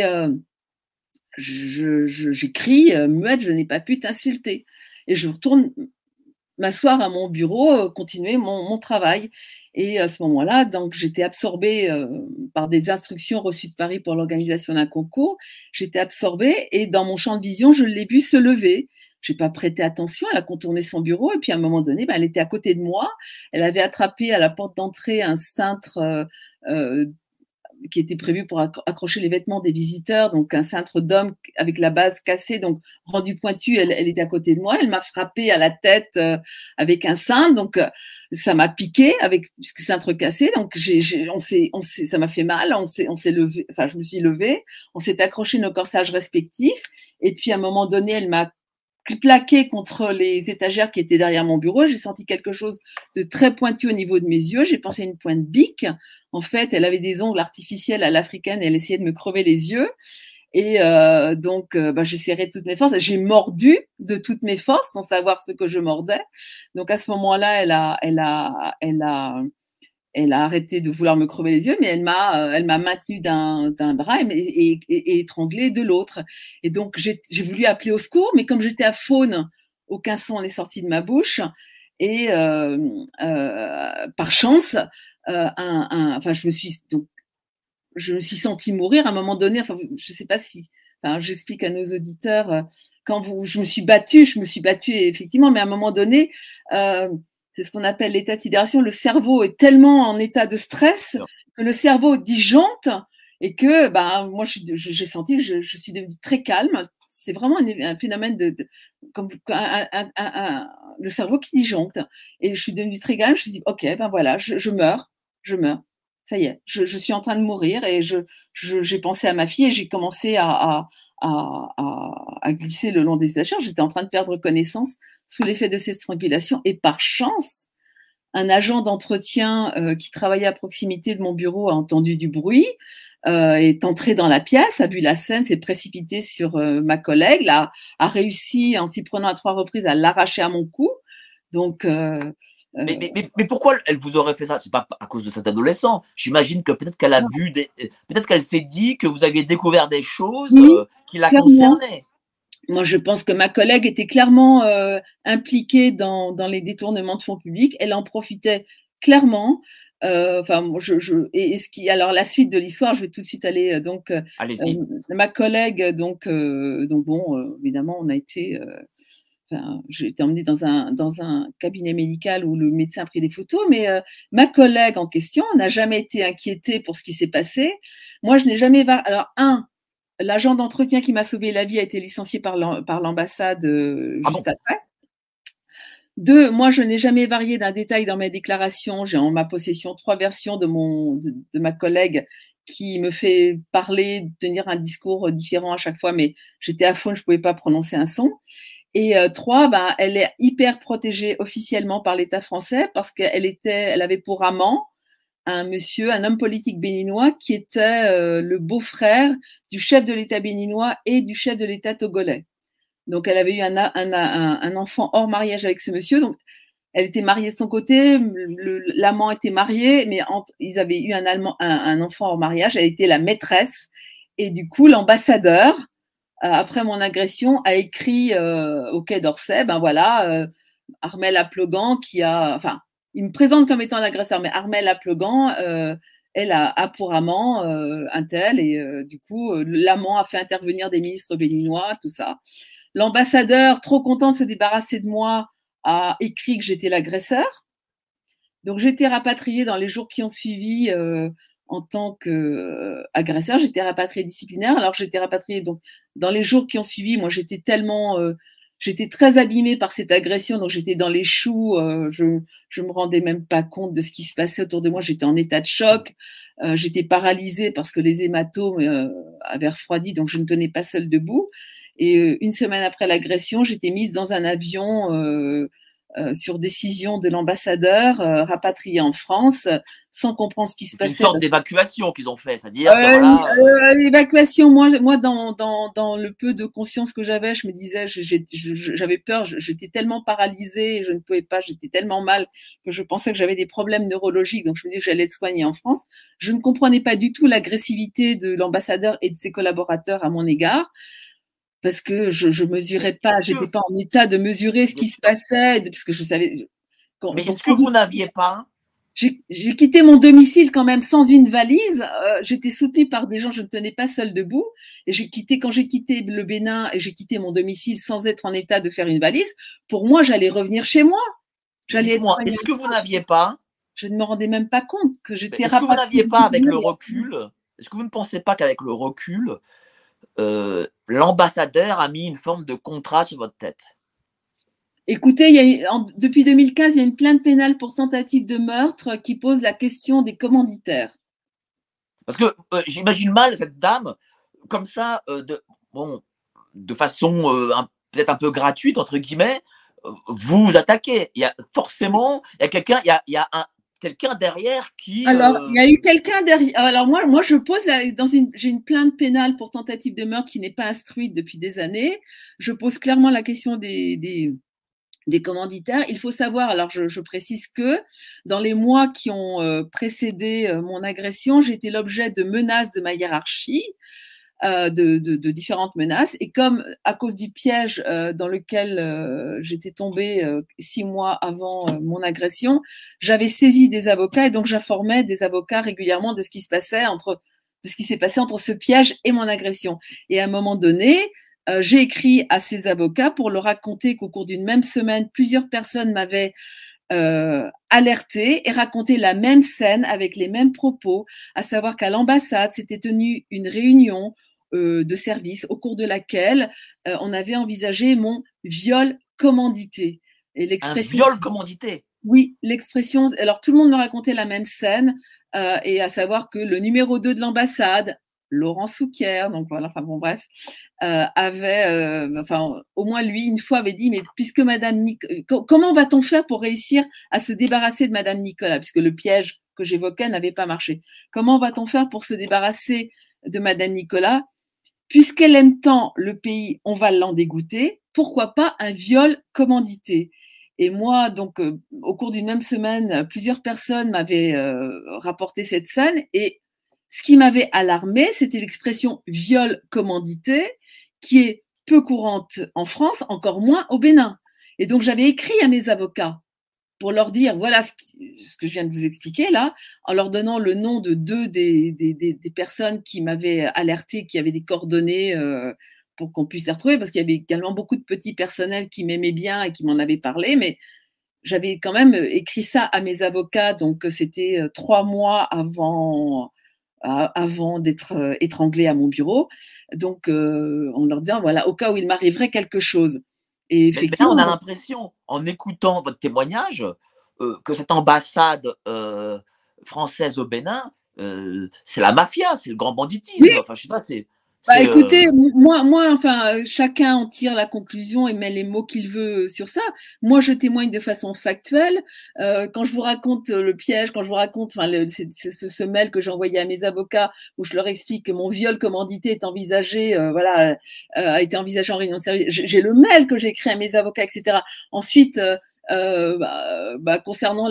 j'écris, muette, je n'ai pas pu t'insulter. Et je retourne m'asseoir à mon bureau, continuer mon travail. Et à ce moment-là, donc j'étais absorbée par des instructions reçues de Paris pour l'organisation d'un concours. J'étais absorbée et dans mon champ de vision, je l'ai vue se lever. J'ai pas prêté attention, elle a contourné son bureau et puis à un moment donné, elle était à côté de moi. Elle avait attrapé à la porte d'entrée un cintre qui était prévu pour accrocher les vêtements des visiteurs, donc un cintre d'homme avec la base cassée, donc rendue pointue, elle était à côté de moi, elle m'a frappé à la tête avec un cintre, donc ça m'a piqué avec ce cintre cassé, donc ça m'a fait mal, on s'est levé, enfin je me suis levée, on s'est accroché nos corsages respectifs, et puis à un moment donné, elle m'a plaqué contre les étagères qui étaient derrière mon bureau. J'ai senti quelque chose de très pointu au niveau de mes yeux. J'ai pensé à une pointe bic. En fait, elle avait des ongles artificiels à l'africaine et elle essayait de me crever les yeux. Et donc, j'ai serré toutes mes forces. J'ai mordu de toutes mes forces sans savoir ce que je mordais. Donc, à ce moment-là, elle a arrêté de vouloir me crever les yeux, mais elle m'a maintenu d'un bras et étranglé de l'autre. Et donc, j'ai voulu appeler au secours, mais comme j'étais à faune, aucun son n'est sorti de ma bouche. Et par chance, je me suis sentie mourir à un moment donné. Enfin, je sais pas si, enfin, j'explique à nos auditeurs, je me suis battue effectivement, mais à un moment donné, c'est ce qu'on appelle l'état de sidération. Le cerveau est tellement en état de stress que le cerveau disjoncte et que, moi, j'ai senti que je suis devenue très calme. C'est vraiment un phénomène comme le cerveau qui disjoncte. Et je suis devenue très calme. Je me suis dit, ok, voilà, je meurs. Ça y est, je suis en train de mourir et j'ai pensé à ma fille et j'ai commencé à glisser le long des étagères. J'étais en train de perdre connaissance sous l'effet de cette strangulation et par chance, un agent d'entretien qui travaillait à proximité de mon bureau a entendu du bruit, est entré dans la pièce, a vu la scène, s'est précipité sur ma collègue, a réussi en s'y prenant à 3 reprises à l'arracher à mon cou. Donc mais pourquoi elle vous aurait fait ça? C'est pas à cause de cet adolescent. J'imagine que peut-être qu'elle a vu peut-être qu'elle s'est dit que vous aviez découvert des choses qui la concernaient. Moi, je pense que ma collègue était clairement impliquée dans les détournements de fonds publics. Elle en profitait clairement. Alors la suite de l'histoire, je vais tout de suite aller ma collègue évidemment on a été j'ai été emmenée dans un cabinet médical où le médecin a pris des photos, mais ma collègue en question n'a jamais été inquiétée pour ce qui s'est passé. Moi, je n'ai jamais... Alors, l'agent d'entretien qui m'a sauvé la vie a été licencié par l'ambassade juste après. 2, moi, je n'ai jamais varié d'un détail dans mes déclarations. J'ai en ma possession 3 versions de ma collègue qui me fait parler, tenir un discours différent à chaque fois, mais j'étais à faune, je ne pouvais pas prononcer un son. Et 3, elle est hyper protégée officiellement par l'État français parce qu'elle avait pour amant un homme politique béninois qui était le beau-frère du chef de l'État béninois et du chef de l'État togolais. Donc, elle avait eu un enfant hors mariage avec ce monsieur. Donc, elle était mariée de son côté, l'amant était marié, mais ils avaient eu un enfant hors mariage. Elle était la maîtresse. Et du coup, l'ambassadeur, après mon agression, a écrit au Quai d'Orsay, Armelle Aplogan il me présente comme étant l'agresseur, mais Armelle Aplogan, elle a pour amant un tel, et du coup, l'amant a fait intervenir des ministres béninois, tout ça. L'ambassadeur, trop content de se débarrasser de moi, a écrit que j'étais l'agresseur. Donc, j'ai été rapatriée dans les jours qui ont suivi en tant qu'agresseur. J'étais rapatriée disciplinaire. Alors, j'étais rapatriée donc dans les jours qui ont suivi. Moi, j'étais très abîmée par cette agression, donc j'étais dans les choux. Je me rendais même pas compte de ce qui se passait autour de moi. J'étais en état de choc. J'étais paralysée parce que les hématomes avaient refroidi, donc je ne tenais pas seule debout. Et une semaine après l'agression, j'étais mise dans un avion sur décision de l'ambassadeur, rapatriée en France, sans comprendre ce qui se passait. C'est une sorte d'évacuation qu'ils ont fait, c'est-à-dire l'évacuation, moi dans le peu de conscience que j'avais, je me disais, j'avais peur, j'étais tellement paralysée, je ne pouvais pas, j'étais tellement mal que je pensais que j'avais des problèmes neurologiques, donc je me disais que j'allais être soignée en France. Je ne comprenais pas du tout l'agressivité de l'ambassadeur et de ses collaborateurs à mon égard. Parce que je mesurais pas, j'étais pas en état de mesurer ce qui se passait, parce que je savais. Mais est-ce que vous n'aviez pas? J'ai quitté mon domicile quand même sans une valise. J'étais soutenue par des gens, je ne tenais pas seule debout. Et quand j'ai quitté le Bénin et j'ai quitté mon domicile sans être en état de faire une valise, pour moi, j'allais revenir chez moi. Est-ce que vous n'aviez pas? Je ne me rendais même pas compte que j'étais rapatriée. Est-ce que vous n'aviez pas, avec le recul, est-ce que vous ne pensez pas qu'avec le recul, l'ambassadeur a mis une forme de contrat sur votre tête? Écoutez, depuis 2015, il y a une plainte pénale pour tentative de meurtre qui pose la question des commanditaires. Parce que j'imagine mal cette dame comme ça, de façon peut-être un peu gratuite, entre guillemets, vous attaquer. Il y a forcément, il y a quelqu'un, il y a quelqu'un derrière qui. Alors, il y a eu quelqu'un derrière. Alors moi, je pose j'ai une plainte pénale pour tentative de meurtre qui n'est pas instruite depuis des années. Je pose clairement la question des commanditaires. Il faut savoir, alors je précise que dans les mois qui ont précédé mon agression, j'ai été l'objet de menaces de ma hiérarchie, de différentes menaces. Et comme à cause du piège dans lequel j'étais tombée 6 mois avant mon agression, j'avais saisi des avocats et donc j'informais des avocats régulièrement de ce qui se passait de ce qui s'est passé entre ce piège et mon agression. Et à un moment donné, j'ai écrit à ces avocats pour leur raconter qu'au cours d'une même semaine, plusieurs personnes m'avaient alerté et raconté la même scène avec les mêmes propos, à savoir qu'à l'ambassade s'était tenue une réunion de service au cours de laquelle on avait envisagé mon viol commandité. Et l'expression. Un viol commandité. Oui, l'expression. Alors tout le monde me racontait la même scène, et à savoir que le numéro 2 de l'ambassade, Laurent Souquier, donc voilà, enfin bon, bref, avait, au moins lui, une fois, avait dit, mais puisque Madame comment va-t-on faire pour réussir à se débarrasser de Madame Nicolas, puisque le piège que j'évoquais n'avait pas marché. Comment va-t-on faire pour se débarrasser de Madame Nicolas? Puisqu'elle aime tant le pays, on va l'en dégoûter. Pourquoi pas un viol commandité? Et moi, donc, au cours d'une même semaine, plusieurs personnes m'avaient rapporté cette scène et ce qui m'avait alarmée, c'était l'expression viol commandité, qui est peu courante en France, encore moins au Bénin. Et donc, j'avais écrit à mes avocats pour leur dire, voilà ce que je viens de vous expliquer là, en leur donnant le nom de deux des personnes qui m'avaient alerté, qui avaient des coordonnées pour qu'on puisse les retrouver, parce qu'il y avait également beaucoup de petits personnels qui m'aimaient bien et qui m'en avaient parlé, mais j'avais quand même écrit ça à mes avocats, donc c'était 3 mois avant d'être étranglée à mon bureau. Donc, en leur disant, voilà, au cas où il m'arriverait quelque chose. Et effectivement, mais là, on a l'impression, en écoutant votre témoignage, que cette ambassade française au Bénin, c'est la mafia, c'est le grand banditisme. Oui. Enfin, je sais pas, c'est. Écoutez, moi, enfin, chacun en tire la conclusion et met les mots qu'il veut sur ça. Moi, je témoigne de façon factuelle. Quand je vous raconte le piège, quand je vous raconte, enfin, ce mail que j'ai envoyé à mes avocats où je leur explique que mon viol commandité est envisagé, a été envisagé en réunion de service. J'ai le mail que j'ai écrit à mes avocats, etc. Ensuite. Concernant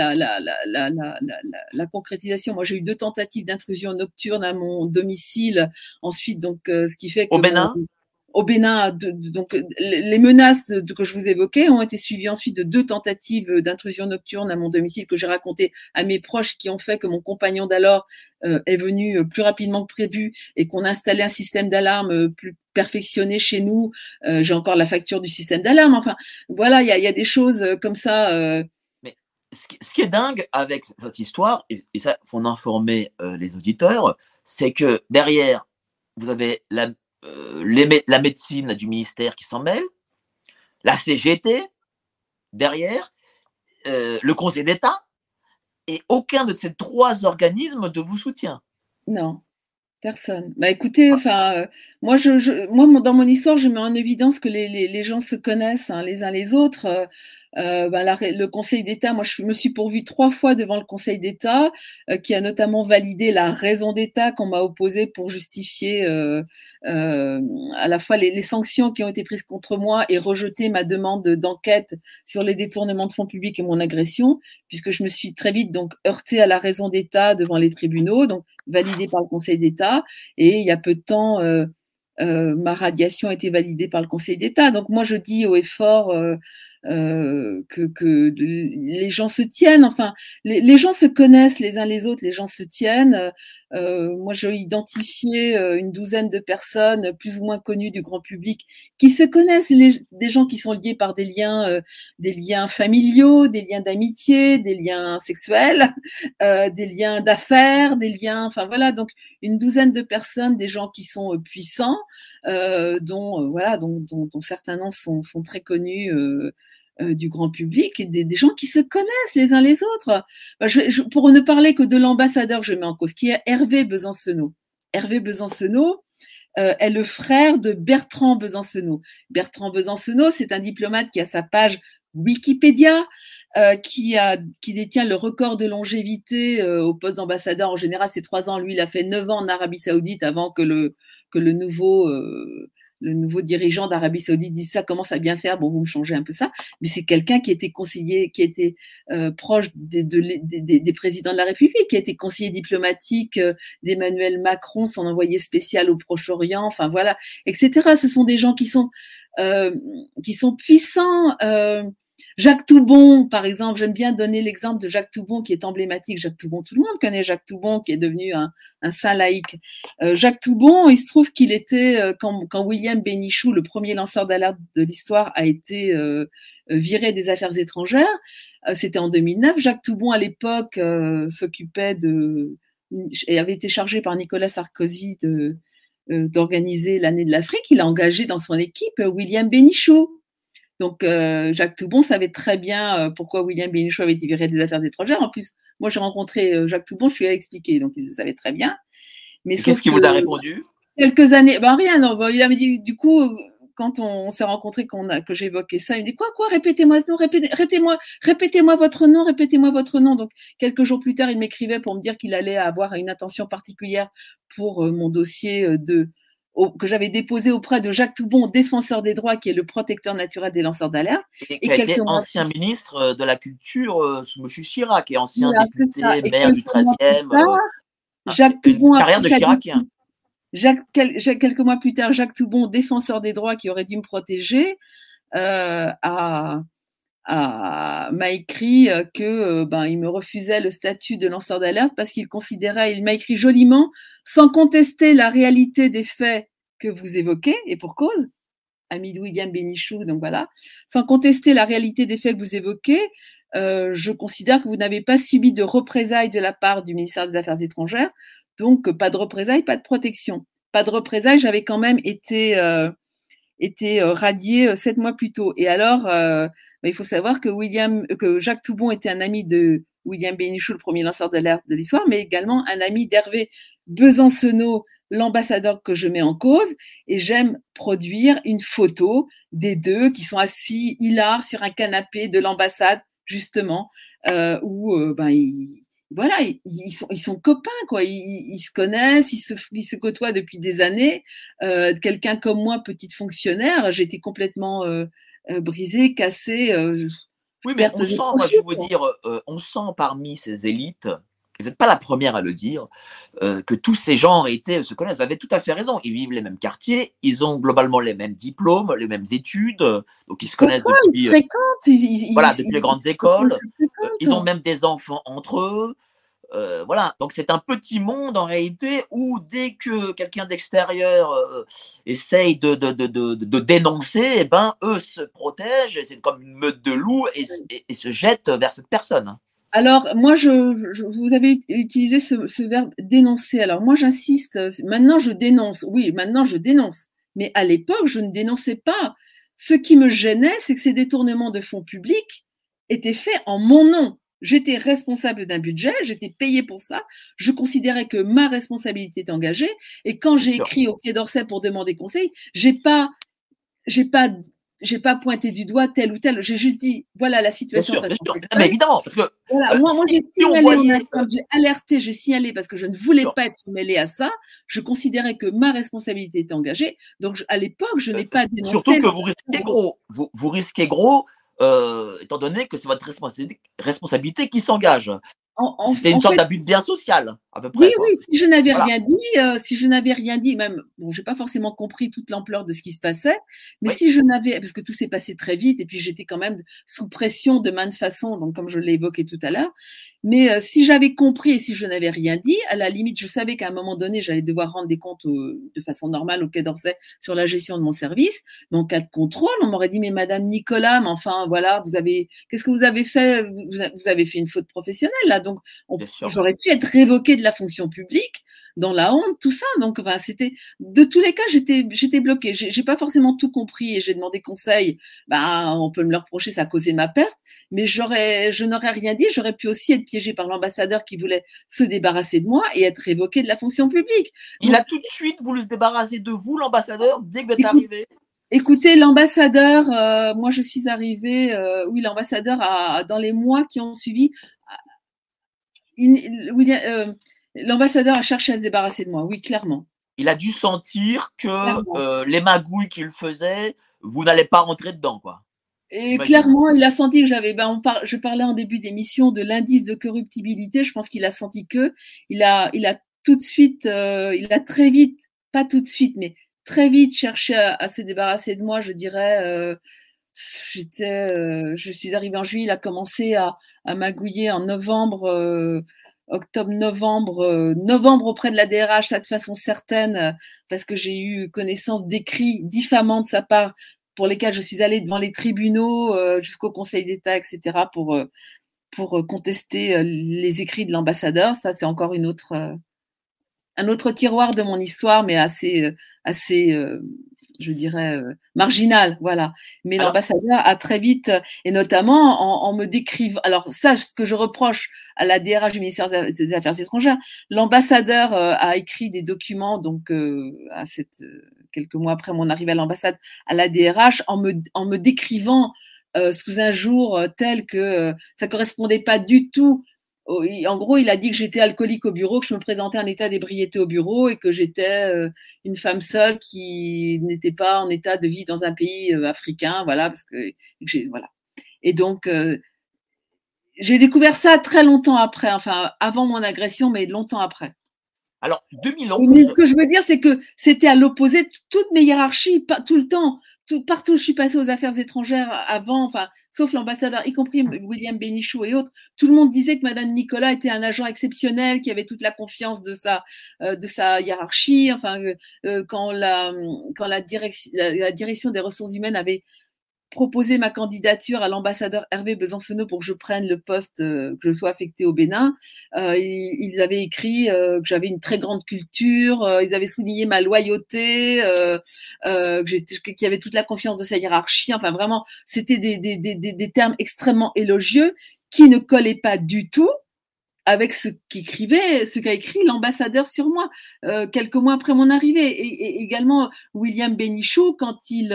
la concrétisation, moi j'ai eu 2 tentatives d'intrusion nocturne à mon domicile. Ensuite, donc, ce qui fait que au Bénin, au Bénin, donc les menaces que je vous évoquais ont été suivies ensuite de 2 tentatives d'intrusion nocturne à mon domicile que j'ai racontées à mes proches, qui ont fait que mon compagnon d'alors est venu plus rapidement que prévu et qu'on a installé un système d'alarme plus perfectionné chez nous. J'ai encore la facture du système d'alarme. Enfin, voilà, il y a des choses comme ça. Mais ce qui est dingue avec cette histoire, et ça, faut en informer les auditeurs, c'est que derrière, vous avez la médecine du ministère qui s'en mêle, la CGT derrière, le Conseil d'État, et aucun de ces 3 organismes ne vous soutient. Non, personne. Écoutez, enfin, moi, dans mon histoire, je mets en évidence que les gens se connaissent les uns les autres. Le Conseil d'État, moi je me suis pourvue 3 fois devant le Conseil d'État, qui a notamment validé la raison d'État qu'on m'a opposée pour justifier à la fois les sanctions qui ont été prises contre moi et rejeter ma demande d'enquête sur les détournements de fonds publics et mon agression, puisque je me suis très vite donc heurtée à la raison d'État devant les tribunaux, donc validée par le Conseil d'État. Et il y a peu de temps, ma radiation a été validée par le Conseil d'État. Donc moi je dis haut et fort que les gens se tiennent, enfin les gens se connaissent les uns les autres, les gens se tiennent. Moi, j'ai identifié une douzaine de personnes plus ou moins connues du grand public qui se connaissent, des gens qui sont liés par des liens familiaux, des liens d'amitié, des liens sexuels, des liens d'affaires, des liens, enfin voilà, donc une douzaine de personnes, des gens qui sont puissants, dont certains noms sont très connus. Du grand public et des gens qui se connaissent les uns les autres. Pour ne parler que de l'ambassadeur que je mets en cause, qui est Hervé Besancenot. Hervé Besancenot est le frère de Bertrand Besancenot. Bertrand Besancenot, c'est un diplomate qui a sa page Wikipédia, qui détient le record de longévité au poste d'ambassadeur. En général, c'est 3 ans. Lui, il a fait 9 ans en Arabie Saoudite avant que le nouveau dirigeant d'Arabie Saoudite dit ça commence à bien faire, bon, vous me changez un peu ça. Mais c'est quelqu'un qui était conseiller, qui était proche des présidents de la République, qui a été conseiller diplomatique d'Emmanuel Macron, son envoyé spécial au Proche-Orient, enfin voilà, etc. Ce sont des gens qui sont puissants. Jacques Toubon, par exemple, j'aime bien donner l'exemple de Jacques Toubon qui est emblématique. Jacques Toubon, tout le monde connaît Jacques Toubon qui est devenu un saint laïque. Jacques Toubon, il se trouve qu'il était, quand William Bénichou, le premier lanceur d'alerte de l'histoire, a été viré des affaires étrangères, c'était en 2009. Jacques Toubon, à l'époque, s'occupait et avait été chargé par Nicolas Sarkozy d'organiser l'année de l'Afrique. Il a engagé dans son équipe William Bénichou. Donc, Jacques Toubon savait très bien pourquoi William Bénichou avait été viré des affaires étrangères. En plus, moi, j'ai rencontré Jacques Toubon, je lui ai expliqué, donc il le savait très bien. Mais qu'est-ce qu'il vous a répondu? Quelques années, rien, non. Il avait dit, du coup, quand on s'est rencontrés, que j'ai évoqué ça, il me dit quoi, répétez-moi ce nom, répétez-moi votre nom, répétez-moi votre nom. Donc, quelques jours plus tard, il m'écrivait pour me dire qu'il allait avoir une attention particulière pour mon dossier que j'avais déposé auprès de Jacques Toubon, défenseur des droits, qui est le protecteur naturel des lanceurs d'alerte. Et qui a été ancien ministre de la Culture sous M. Chirac, et ancien député, maire du 13e. Jacques Toubon, carrière de Chiracien. Quelques mois plus tard, Jacques Toubon, défenseur des droits qui aurait dû me protéger, m'a écrit que il me refusait le statut de lanceur d'alerte parce qu'il considérait, il m'a écrit joliment, sans contester la réalité des faits que vous évoquez, et pour cause, ami de William Bénichou, donc voilà, sans contester la réalité des faits que vous évoquez, je considère que vous n'avez pas subi de représailles de la part du ministère des Affaires étrangères, donc pas de représailles, pas de protection. Pas de représailles, j'avais quand même été radiée 7 mois plus tôt. Et alors, il faut savoir que Jacques Toubon était un ami de William Bénichou, le premier lanceur d'alerte de l'histoire, mais également un ami d'Hervé Besancenot, l'ambassadeur que je mets en cause, et j'aime produire une photo des deux qui sont assis hilares sur un canapé de l'ambassade, justement, où ils sont copains, quoi. Ils se connaissent, ils se côtoient depuis des années. Quelqu'un comme moi, petite fonctionnaire, j'ai été complètement brisée, cassée. Oui, mais on sent, moi je vais vous dire, on sent parmi ces élites, vous n'êtes pas la première à le dire, que tous ces gens en réalité se connaissent. Vous avez tout à fait raison. Ils vivent les mêmes quartiers, ils ont globalement les mêmes diplômes, les mêmes études, donc ils se connaissent depuis, depuis les grandes écoles. Ils ont même des enfants entre eux. Voilà, donc c'est un petit monde en réalité où dès que quelqu'un d'extérieur essaye de dénoncer, eux se protègent, c'est comme une meute de loups et se jettent vers cette personne. Alors, moi, vous avez utilisé ce verbe dénoncer. Alors, moi, j'insiste. Maintenant, je dénonce. Oui, maintenant, je dénonce. Mais à l'époque, je ne dénonçais pas. Ce qui me gênait, c'est que ces détournements de fonds publics étaient faits en mon nom. J'étais responsable d'un budget, j'étais payée pour ça. Je considérais que ma responsabilité était engagée. Et quand j'ai écrit au Quai d'Orsay pour demander conseil, j'ai pas pointé du doigt tel ou tel. J'ai juste dit, voilà la situation. Bien sûr. Mais évidemment, parce que voilà, moi j'ai signalé, j'ai alerté, j'ai signalé parce que je ne voulais pas être mêlée à ça. Je considérais que ma responsabilité était engagée. Donc à l'époque, je n'ai pas dénoncé. Surtout que vous risquez gros. Vous risquez gros, étant donné que c'est votre responsabilité qui s'engage. C'était une sorte d'abus de bien social, à peu près. Oui, si je n'avais rien dit, même, bon, j'ai pas forcément compris toute l'ampleur de ce qui se passait, mais si je n'avais, parce que tout s'est passé très vite, et puis j'étais quand même sous pression de maintes façons, donc comme je l'ai évoqué tout à l'heure, Mais si j'avais compris et si je n'avais rien dit, à la limite, je savais qu'à un moment donné, j'allais devoir rendre des comptes de façon normale au Quai d'Orsay sur la gestion de mon service. Mais en cas de contrôle, on m'aurait dit, mais Madame Nicolas, mais enfin, voilà, qu'est-ce que vous avez fait? Vous avez fait une faute professionnelle, là. Donc, j'aurais pu être révoquée de la fonction publique dans la honte, tout ça. Donc, enfin, de tous les cas, j'étais bloquée. J'ai pas forcément tout compris et j'ai demandé conseil. Bah, on peut me le reprocher, ça a causé ma perte. Mais je n'aurais rien dit. J'aurais pu aussi être piégée par l'ambassadeur qui voulait se débarrasser de moi et être révoqué de la fonction publique. Il a tout de suite voulu se débarrasser de vous, l'ambassadeur, dès que vous êtes arrivé. Écoutez, l'ambassadeur, moi je suis arrivée, oui, l'ambassadeur dans les mois qui ont suivi, l'ambassadeur a cherché à se débarrasser de moi, oui, clairement. Il a dû sentir que les magouilles qu'il faisait, vous n'allez pas rentrer dedans, quoi. Et clairement, il a senti que je parlais en début d'émission de l'indice de corruptibilité. Je pense qu'il a senti il a tout de suite, il a très vite, pas tout de suite, mais très vite cherché à se débarrasser de moi. Je dirais, je suis arrivée en juillet, il a commencé à magouiller en novembre. Novembre auprès de la DRH, ça de façon certaine, parce que j'ai eu connaissance d'écrits diffamants de sa part pour lesquels je suis allée devant les tribunaux jusqu'au Conseil d'État, etc., pour contester les écrits de l'ambassadeur. Ça, c'est encore un autre tiroir de mon histoire, mais assez je dirais, marginal, voilà. Mais l'ambassadeur a très vite, et notamment en me décrivant, alors ça, ce que je reproche à la DRH du ministère des Affaires étrangères, l'ambassadeur a écrit des documents, donc quelques mois après mon arrivée à l'ambassade, à la DRH, en me décrivant sous un jour tel que ça correspondait pas du tout. En gros, il a dit que j'étais alcoolique au bureau, que je me présentais en état d'ébriété au bureau et que j'étais une femme seule qui n'était pas en état de vie dans un pays africain, voilà, parce que voilà. Et donc, j'ai découvert ça très longtemps après, enfin, avant mon agression, mais longtemps après. Alors, 2011. Mais ce que je veux dire, c'est que c'était à l'opposé de toutes mes hiérarchies, tout le temps. Partout où je suis passée aux affaires étrangères avant, enfin, sauf l'ambassadeur, y compris William Benichou et autres, tout le monde disait que Madame Nicolas était un agent exceptionnel, qui avait toute la confiance de sa hiérarchie. Enfin, quand la direction des ressources humaines avait proposé ma candidature à l'ambassadeur Hervé Besancenot pour que je prenne le poste, que je sois affectée au Bénin. Ils avaient écrit que j'avais une très grande culture, ils avaient souligné ma loyauté, qu'il y avait toute la confiance de sa hiérarchie. Enfin, vraiment, c'était des termes extrêmement élogieux qui ne collaient pas du tout avec ce qu'a écrit l'ambassadeur sur moi quelques mois après mon arrivée. Et également William Benichou, quand il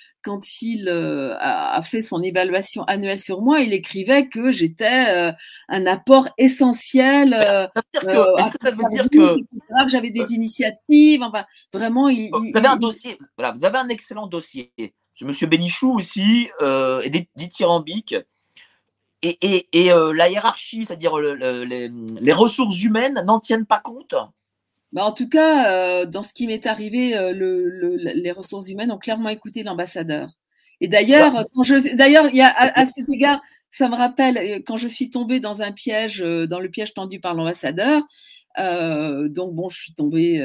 a fait son évaluation annuelle sur moi, il écrivait que j'étais un apport essentiel. Est-ce que ça veut dire que j'avais des initiatives, enfin vraiment. Vous avez un dossier, voilà, vous avez un excellent dossier. Monsieur Benichou aussi est dithyrambique. Et la hiérarchie, c'est-à-dire les ressources humaines n'en tiennent pas compte? Bah en tout cas, dans ce qui m'est arrivé, les ressources humaines ont clairement écouté l'ambassadeur. Et d'ailleurs, il y a à cet égard, ça me rappelle quand je suis tombée dans un piège, dans le piège tendu par l'ambassadeur. Donc bon, je suis tombée.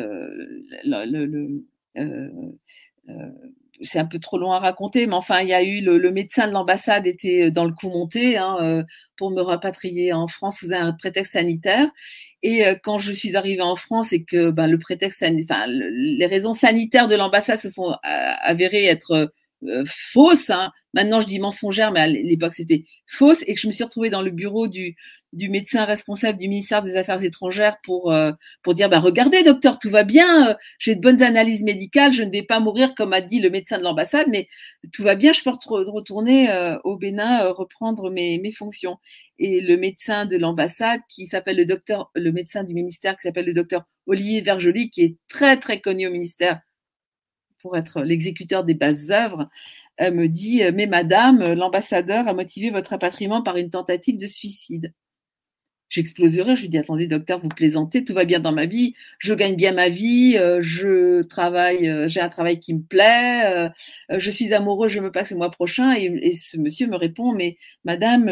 C'est un peu trop long à raconter, mais enfin, il y a eu le médecin de l'ambassade était dans le coup monté pour me rapatrier en France sous un prétexte sanitaire. Et quand je suis arrivée en France et que le prétexte, les raisons sanitaires de l'ambassade se sont avérées être fausses. Maintenant, je dis mensongères, mais à l'époque, c'était fausse. Et que je me suis retrouvée dans le bureau du médecin responsable du ministère des Affaires étrangères pour dire regardez docteur, tout va bien, j'ai de bonnes analyses médicales, je ne vais pas mourir comme a dit le médecin de l'ambassade, mais tout va bien, je peux retourner au Bénin, reprendre mes fonctions. Et le médecin de l'ambassade le médecin du ministère qui s'appelle le docteur Olivier Verjoli, qui est très très connu au ministère pour être l'exécuteur des basses œuvres, me dit mais madame, l'ambassadeur a motivé votre rapatriement par une tentative de suicide. J'exploserais, je lui dis attendez docteur, vous plaisantez, tout va bien dans ma vie, je gagne bien ma vie, je travaille, j'ai un travail qui me plaît, je suis amoureux, je me passe le mois prochain. Et ce monsieur me répond mais madame,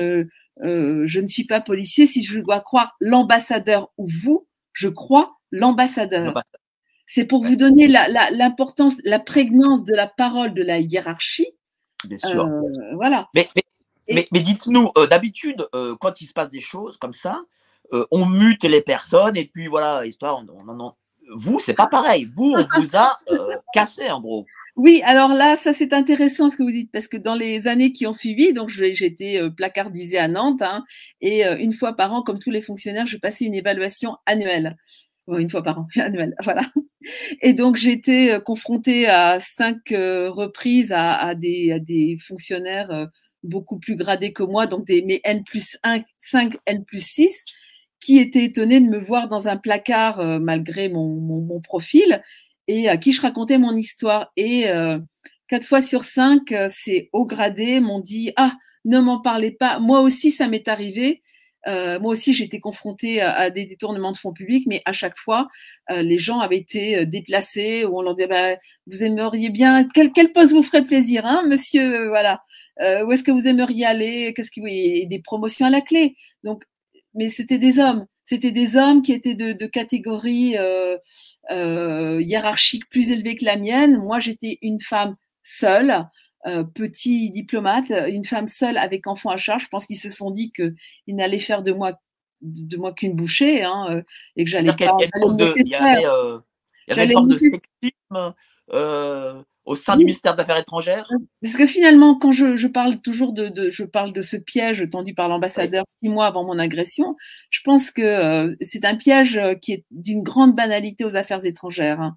je ne suis pas policier. Si je dois croire l'ambassadeur ou vous, je crois l'ambassadeur. C'est pour vous donner l'importance, la prégnance de la parole de la hiérarchie. Bien sûr. Voilà. Mais dites-nous, d'habitude, quand il se passe des choses comme ça, on mute les personnes et puis voilà, histoire. Vous, c'est pas pareil. Vous, on vous a cassé en gros. Oui, alors là, ça c'est intéressant ce que vous dites parce que dans les années qui ont suivi, donc j'ai été placardisée à Nantes et une fois par an, comme tous les fonctionnaires, je passais une évaluation annuelle. Une fois par an, annuelle, voilà. Et donc j'ai été confrontée à 5 reprises à des fonctionnaires beaucoup plus gradés que moi, donc mes N+1, 5 N+6, qui étaient étonnés de me voir dans un placard malgré mon profil et à qui je racontais mon histoire. Et 4 fois sur 5, ces hauts gradés m'ont dit « Ah, ne m'en parlez pas, moi aussi ça m'est arrivé ». Moi aussi, j'ai été confrontée à des détournements de fonds publics, mais à chaque fois, les gens avaient été déplacés ou on leur disait bah, vous aimeriez bien quel poste vous ferait plaisir, hein, monsieur, voilà. Où est-ce que vous aimeriez aller? Qu'est-ce qui et des promotions à la clé. Donc, mais c'était des hommes. C'était des hommes qui étaient de catégorie hiérarchique plus élevée que la mienne. Moi, j'étais une femme seule. Petit diplomate, une femme seule avec enfant à charge. Je pense qu'ils se sont dit qu'ils n'allaient faire de moi qu'une bouchée et que j'allais pas. Il y avait une forme de sexisme au sein du ministère des Affaires étrangères. Parce que finalement, quand je parle toujours je parle de ce piège tendu par l'ambassadeur 6 mois avant mon agression, je pense que c'est un piège qui est d'une grande banalité aux affaires étrangères.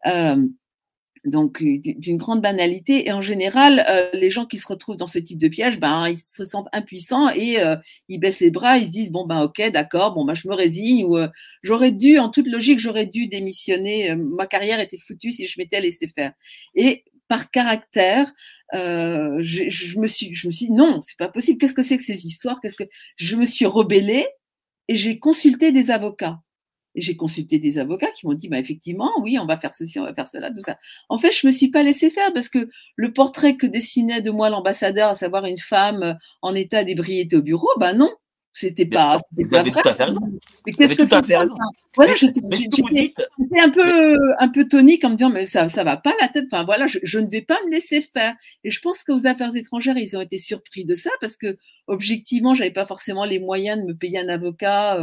Donc d'une grande banalité et en général les gens qui se retrouvent dans ce type de piège ils se sentent impuissants et ils baissent les bras, ils se disent bon ok d'accord, je me résigne ou j'aurais dû, en toute logique j'aurais dû démissionner, ma carrière était foutue si je m'étais laissé faire. Et par caractère je me suis dit non, c'est pas possible, qu'est-ce que c'est que ces histoires, je me suis rebellée et j'ai consulté des avocats. Et j'ai consulté des avocats qui m'ont dit, effectivement, oui, on va faire ceci, on va faire cela, tout ça. En fait, je me suis pas laissée faire parce que le portrait que dessinait de moi l'ambassadeur, à savoir une femme en état d'ébriété au bureau, non, c'était pas vous avez vrai. Tout à fait raison. Mais qu'est-ce que c'est ça? Voilà, j'étais un peu tonique en me disant, mais ça va pas la tête. Enfin, voilà, je ne vais pas me laisser faire. Et je pense qu'aux affaires étrangères, ils ont été surpris de ça parce que, objectivement, j'avais pas forcément les moyens de me payer un avocat.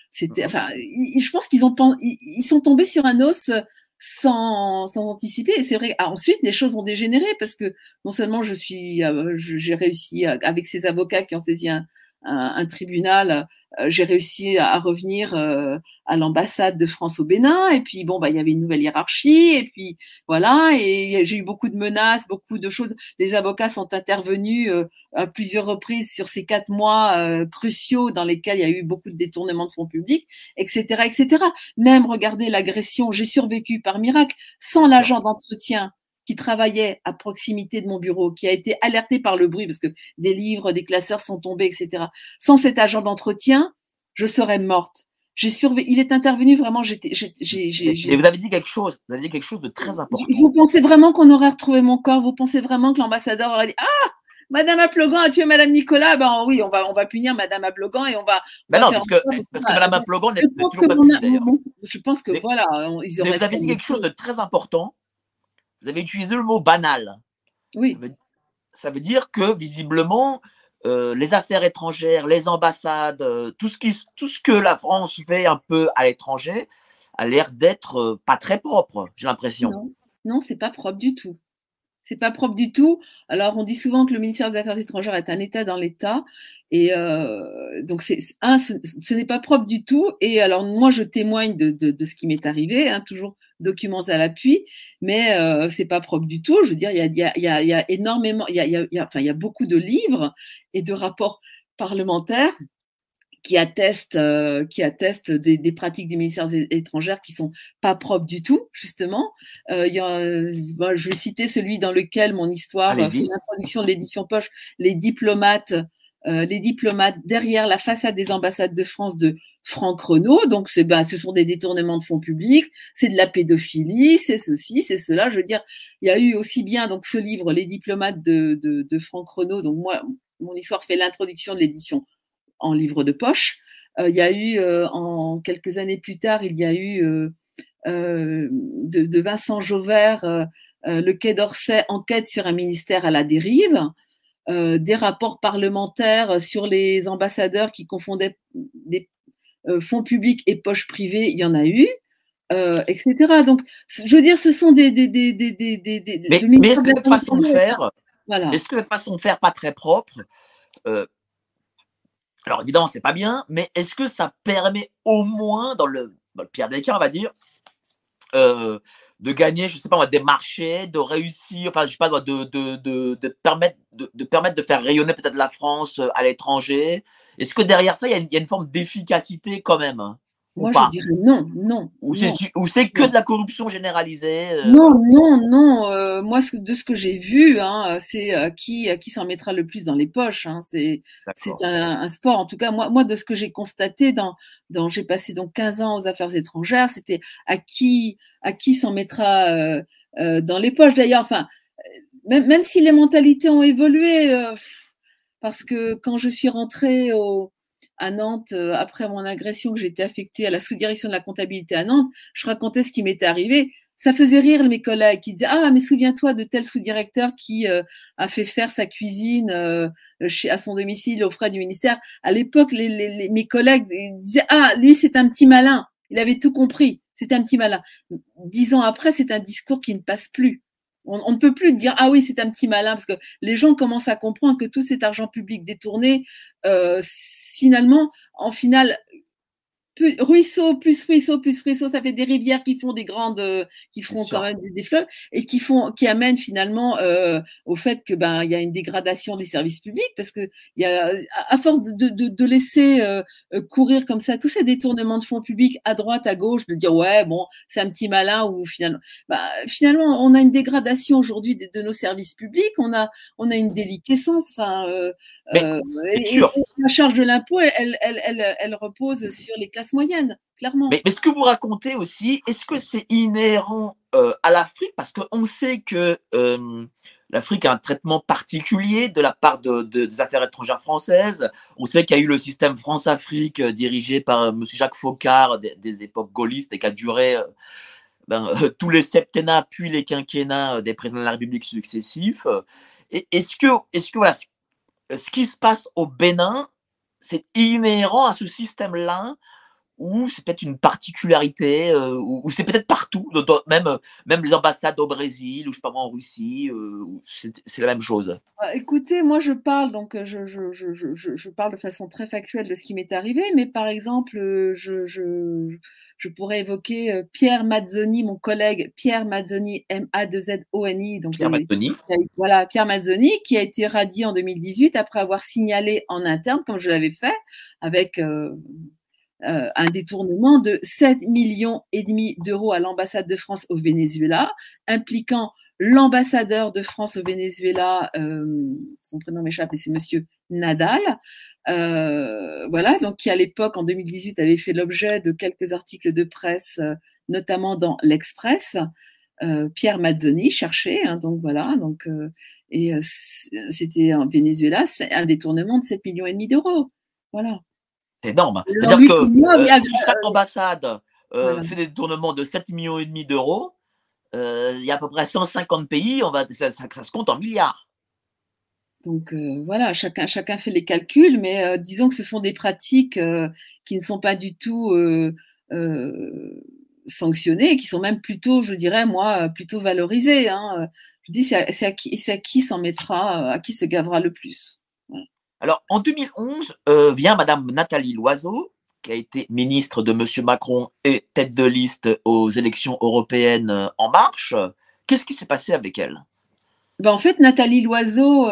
Je pense ils sont tombés sur un os sans anticiper. Et c'est vrai. Ensuite, les choses ont dégénéré parce que non seulement j'ai réussi avec ces avocats qui ont saisi un tribunal, j'ai réussi à revenir à l'ambassade de France au Bénin et puis il y avait une nouvelle hiérarchie et puis voilà, et j'ai eu beaucoup de menaces, beaucoup de choses. Les avocats sont intervenus à plusieurs reprises sur ces 4 mois cruciaux dans lesquels il y a eu beaucoup de détournements de fonds publics, etc., etc. Même regardez l'agression, j'ai survécu par miracle sans l'agent d'entretien qui travaillait à proximité de mon bureau, qui a été alerté par le bruit parce que des livres, des classeurs sont tombés, etc. Sans cet agent d'entretien, je serais morte. Il est intervenu vraiment. Et vous avez dit quelque chose. Vous avez dit quelque chose de très important. Vous pensez vraiment qu'on aurait retrouvé mon corps? Vous pensez vraiment que l'ambassadeur aurait dit Madame Aplogan a tué Madame Nicolas? Oui, on va punir Madame Aplogan et on va. Non, parce que Madame Aplogan n'est toujours pas punie d'ailleurs. Je pense que voilà, ils auraient. Vous avez dit quelque chose de très important. Vous avez utilisé le mot banal. Oui. Ça veut dire que visiblement, les affaires étrangères, les ambassades, tout ce que la France fait un peu à l'étranger a l'air d'être pas très propre, j'ai l'impression. Non, c'est pas propre du tout. C'est pas propre du tout. Alors, on dit souvent que le ministère des Affaires étrangères est un État dans l'État. Et donc, ce n'est pas propre du tout. Et alors, moi, je témoigne de ce qui m'est arrivé, toujours documents à l'appui, mais c'est pas propre du tout. Je veux dire, il y a énormément, il y a beaucoup de livres et de rapports parlementaires qui attestent des pratiques du ministère des étrangères qui sont pas propres du tout, justement. Je vais citer celui dans lequel mon histoire fait l'introduction de l'édition poche, les diplomates derrière la façade des ambassades de France de Franck Renaud. Donc ce sont des détournements de fonds publics, c'est de la pédophilie, c'est ceci, c'est cela. Je veux dire, il y a eu aussi bien donc ce livre, les diplomates de Franck Renaud. Donc moi, mon histoire fait l'introduction de l'édition en livre de poche. Il y a eu, en quelques années plus tard, il y a eu de Vincent Jauvert, le Quai d'Orsay enquête sur un ministère à la dérive. Des rapports parlementaires sur les ambassadeurs qui confondaient des fonds publics et poches privées, il y en a eu, etc. Donc, je veux dire, ce sont mais est-ce que cette façon de faire, voilà. est-ce que cette façon de faire pas très propre, alors évidemment c'est pas bien, mais est-ce que ça permet au moins dans le pire des cas, on va dire, de gagner, je sais pas moi, des marchés, de réussir, enfin je sais pas, de permettre de faire rayonner peut-être la France à l'étranger. Est-ce que derrière ça, il y a une forme d'efficacité quand même, hein, ou Moi, je pas? dirais non, non, Ou non. c'est que de la corruption généralisée? Non, non, non. Moi, de ce que j'ai vu, hein, c'est qui s'en mettra le plus dans les poches. Hein. C'est D'accord. un sport. En tout cas, moi, de ce que j'ai constaté j'ai passé donc 15 ans aux affaires étrangères, c'était à qui s'en mettra dans les poches. D'ailleurs, enfin, même si les mentalités ont évolué, parce que quand je suis rentrée à Nantes, après mon agression, que j'étais affectée à la sous-direction de la comptabilité à Nantes, je racontais ce qui m'était arrivé. Ça faisait rire mes collègues qui disaient ah mais souviens-toi de tel sous-directeur qui a fait faire sa cuisine à son domicile aux frais du ministère. À l'époque, mes collègues disaient ah lui c'est un petit malin, il avait tout compris, c'est un petit malin. 10 ans après, c'est un discours qui ne passe plus. On ne peut plus dire ah oui c'est un petit malin parce que les gens commencent à comprendre que tout cet argent public détourné finalement en finale ruisseau plus ruisseau plus ruisseau, ça fait des rivières qui font des grandes, qui font quand même des fleuves et qui amènent finalement au fait que il y a une dégradation des services publics parce que il y a à force de laisser courir comme ça tous ces détournements de fonds publics à droite à gauche, de dire ouais bon c'est un petit malin ou finalement on a une dégradation aujourd'hui de nos services publics, on a une déliquescence, enfin et la charge de l'impôt, elle repose sur les classes moyennes, clairement. Mais ce que vous racontez aussi, est-ce que c'est inhérent à l'Afrique? Parce qu'on sait que l'Afrique a un traitement particulier de la part des affaires étrangères françaises. On sait qu'il y a eu le système France-Afrique dirigé par M. Jacques Foccart des époques gaullistes et qui a duré tous les septennats puis les quinquennats des présidents de la République successifs. Est-ce que voilà, ce qui se passe au Bénin, c'est inhérent à ce système-là ou c'est peut-être une particularité, ou c'est peut-être partout, même les ambassades au Brésil ou je sais pas moi en Russie, c'est la même chose? Écoutez, moi je parle donc je parle de façon très factuelle de ce qui m'est arrivé, mais par exemple, je pourrais évoquer Pierre Mazzoni, mon collègue Pierre Mazzoni, M-A-2-Z-O-N-I, donc Pierre Mazzoni. voilà, Pierre Mazzoni, qui a été radié en 2018 après avoir signalé en interne, comme je l'avais fait, avec un détournement de 7,5 millions d'euros à l'ambassade de France au Venezuela, impliquant l'ambassadeur de France au Venezuela, son prénom m'échappe, mais c'est Monsieur Nadal, voilà, donc qui à l'époque, en 2018, avait fait l'objet de quelques articles de presse, notamment dans l'Express. Pierre Mazzoni cherché, hein, donc voilà, donc c'était en Venezuela, c'est un détournement de 7,5 millions d'euros, voilà. C'est énorme. Alors, C'est-à-dire que si chaque ambassade voilà. fait des détournements de 7,5 millions d'euros, il y a à peu près 150 pays, ça se compte en milliards. Donc voilà, chacun fait les calculs, mais disons que ce sont des pratiques qui ne sont pas du tout sanctionnées, et qui sont même plutôt, je dirais moi, plutôt valorisées. Hein. Je dis c'est à qui s'en mettra, à qui se gavera le plus. Voilà. Alors en 2011 vient Madame Nathalie Loiseau, qui a été ministre de Monsieur Macron et tête de liste aux élections européennes En Marche. Qu'est-ce qui s'est passé avec elle? En fait, Nathalie Loiseau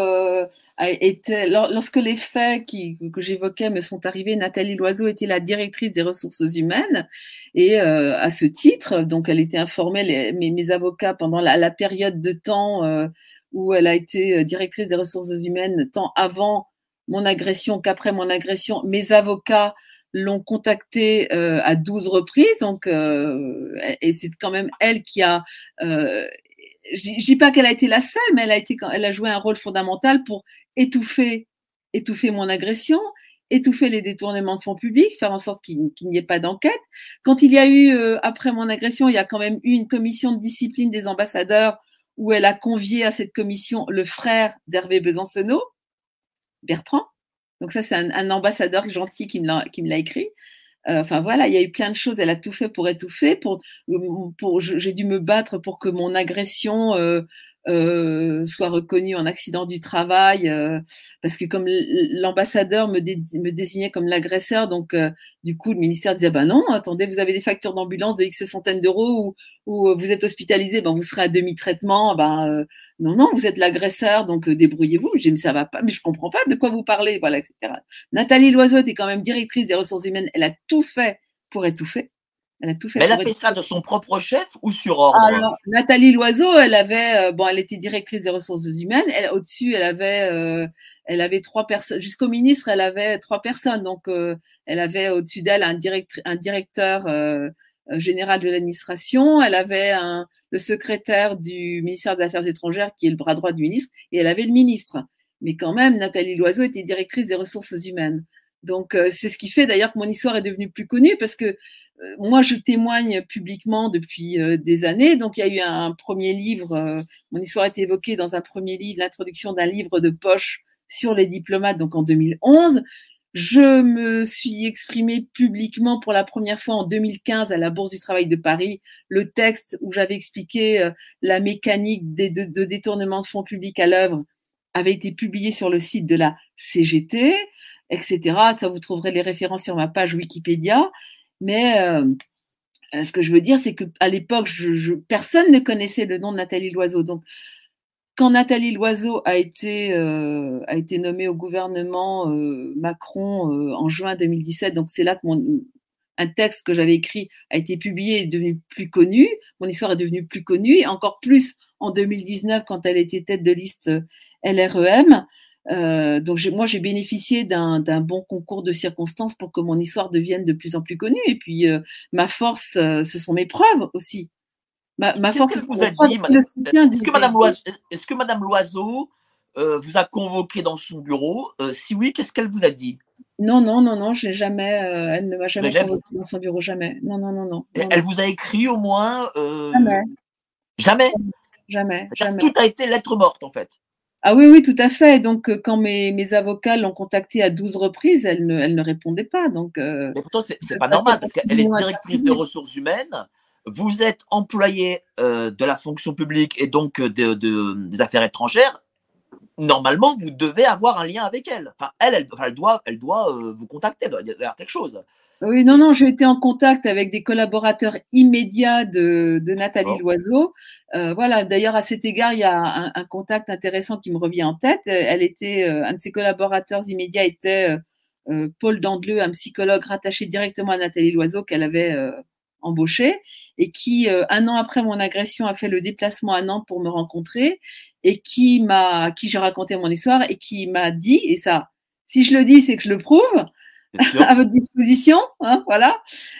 lorsque les faits que j'évoquais me sont arrivés, Nathalie Loiseau était la directrice des ressources humaines et à ce titre, donc elle était informée, mes avocats, pendant la période de temps où elle a été directrice des ressources humaines, tant avant mon agression qu'après mon agression, mes avocats l'ont contactée à 12 reprises, donc et c'est quand même elle qui a je dis pas qu'elle a été la seule, mais elle a joué un rôle fondamental pour étouffer mon agression. étouffer les détournements de fonds publics, faire en sorte qu'il n'y ait pas d'enquête. Quand il y a eu, après mon agression, il y a quand même eu une commission de discipline des ambassadeurs où elle a convié à cette commission le frère d'Hervé Besancenot, Bertrand. Donc ça, c'est un ambassadeur gentil qui me l'a écrit. Enfin voilà, il y a eu plein de choses. Elle a tout fait pour étouffer. J'ai dû me battre pour que mon agression soit reconnue en accident du travail, parce que comme l'ambassadeur me désignait comme l'agresseur, donc du coup le ministère disait bah non, attendez, vous avez des factures d'ambulance de X centaines d'euros ou vous êtes hospitalisé, ben vous serez à demi-traitement, non non, vous êtes l'agresseur, donc débrouillez-vous. J'ai dit mais ça va pas, mais je comprends pas de quoi vous parlez, voilà, etc. Nathalie Loiseau était quand même directrice des ressources humaines, elle a tout fait pour étouffer. Elle a fait ça de son propre chef ou sur ordre? Alors, Nathalie Loiseau, elle avait, elle était directrice des ressources humaines. Au-dessus, elle avait 3 personnes. Jusqu'au ministre, elle avait 3 personnes. Donc, elle avait au-dessus d'elle un directeur général de l'administration. Elle avait le secrétaire du ministère des Affaires étrangères, qui est le bras droit du ministre, et elle avait le ministre. Mais quand même, Nathalie Loiseau était directrice des ressources humaines. Donc, c'est ce qui fait d'ailleurs que mon histoire est devenue plus connue, parce que moi, je témoigne publiquement depuis des années. Donc, il y a eu un premier livre. Mon histoire a été évoquée dans un premier livre, l'introduction d'un livre de poche sur les diplomates, donc en 2011. Je me suis exprimée publiquement pour la première fois en 2015 à la Bourse du Travail de Paris. Le texte où j'avais expliqué la mécanique de détournement de fonds publics à l'œuvre avait été publié sur le site de la CGT, etc. Ça, vous trouverez les références sur ma page Wikipédia. Mais ce que je veux dire, c'est qu'à l'époque, personne ne connaissait le nom de Nathalie Loiseau. Donc, quand Nathalie Loiseau a été nommée au gouvernement Macron en juin 2017, donc c'est là que un texte que j'avais écrit a été publié et est devenu plus connu. Mon histoire est devenue plus connue, et encore plus en 2019 quand elle était tête de liste LREM. Donc moi j'ai bénéficié d'un bon concours de circonstances pour que mon histoire devienne de plus en plus connue. Et puis ma force, ce sont mes preuves aussi. Ma force, qu'est-ce qu'elle vous a dit? Est-ce que Madame Loiseau vous a convoqué dans son bureau? Si oui, qu'est-ce qu'elle vous a dit? Non, j'ai jamais. Elle ne m'a jamais convoqué dans son bureau, jamais. Non. Elle vous a écrit au moins? Jamais. Jamais. Jamais. Tout a été lettre morte en fait. Ah oui, tout à fait. Donc, quand mes avocats l'ont contactée à 12 reprises, elle ne répondait pas. Donc, mais pourtant, c'est pas normal, parce qu'elle est directrice des ressources humaines. Vous êtes employé de la fonction publique et donc des affaires étrangères. Normalement, vous devez avoir un lien avec elle. Enfin, elle doit vous contacter. Il doit y avoir quelque chose. Oui, non, j'ai été en contact avec des collaborateurs immédiats de Nathalie Loiseau. Voilà, d'ailleurs, à cet égard, il y a un contact intéressant qui me revient en tête. Un de ses collaborateurs immédiats était Paul Dandeleu, un psychologue rattaché directement à Nathalie Loiseau qu'elle avait embauché et qui, 1 an après mon agression, a fait le déplacement à Nantes pour me rencontrer et qui j'ai raconté mon histoire et qui m'a dit, et ça, si je le dis, c'est que je le prouve, à votre disposition, hein, voilà,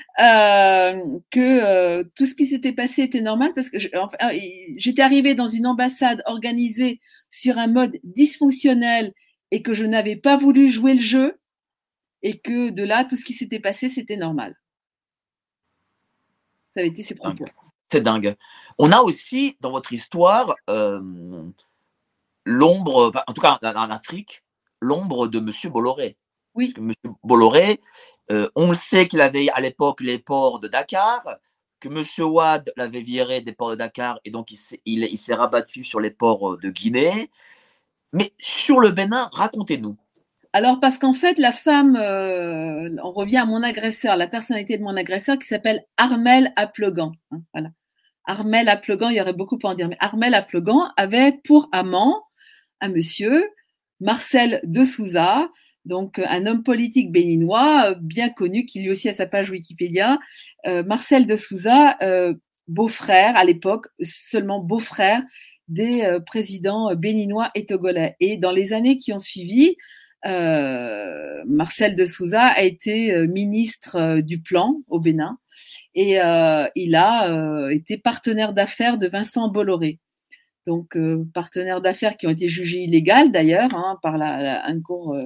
que tout ce qui s'était passé était normal parce que j'étais arrivée dans une ambassade organisée sur un mode dysfonctionnel et que je n'avais pas voulu jouer le jeu et que de là, tout ce qui s'était passé, c'était normal. Ça avait été ses propos. C'est dingue. On a aussi, dans votre histoire, l'ombre, en tout cas en Afrique, l'ombre de Monsieur Bolloré. Oui. Parce que Monsieur Bolloré, on le sait qu'il avait à l'époque les ports de Dakar, que Monsieur Wade l'avait viré des ports de Dakar et donc il s'est rabattu sur les ports de Guinée. Mais sur le Bénin, racontez-nous. Alors, parce qu'en fait, la femme, on revient à mon agresseur, la personnalité de mon agresseur qui s'appelle Armel Aplegan. Hein, voilà. Armel Aplegan, il y aurait beaucoup à en dire, mais Armel Aplegan avait pour amant un monsieur, Marcel de Souza, donc un homme politique béninois bien connu, qui lui aussi a sa page Wikipédia. Marcel de Souza, beau-frère à l'époque, seulement beau-frère des présidents béninois et togolais. Et dans les années qui ont suivi, Marcel de Souza a été ministre du Plan au Bénin et il a été partenaire d'affaires de Vincent Bolloré. Donc, partenaires d'affaires qui ont été jugés illégales d'ailleurs par une cour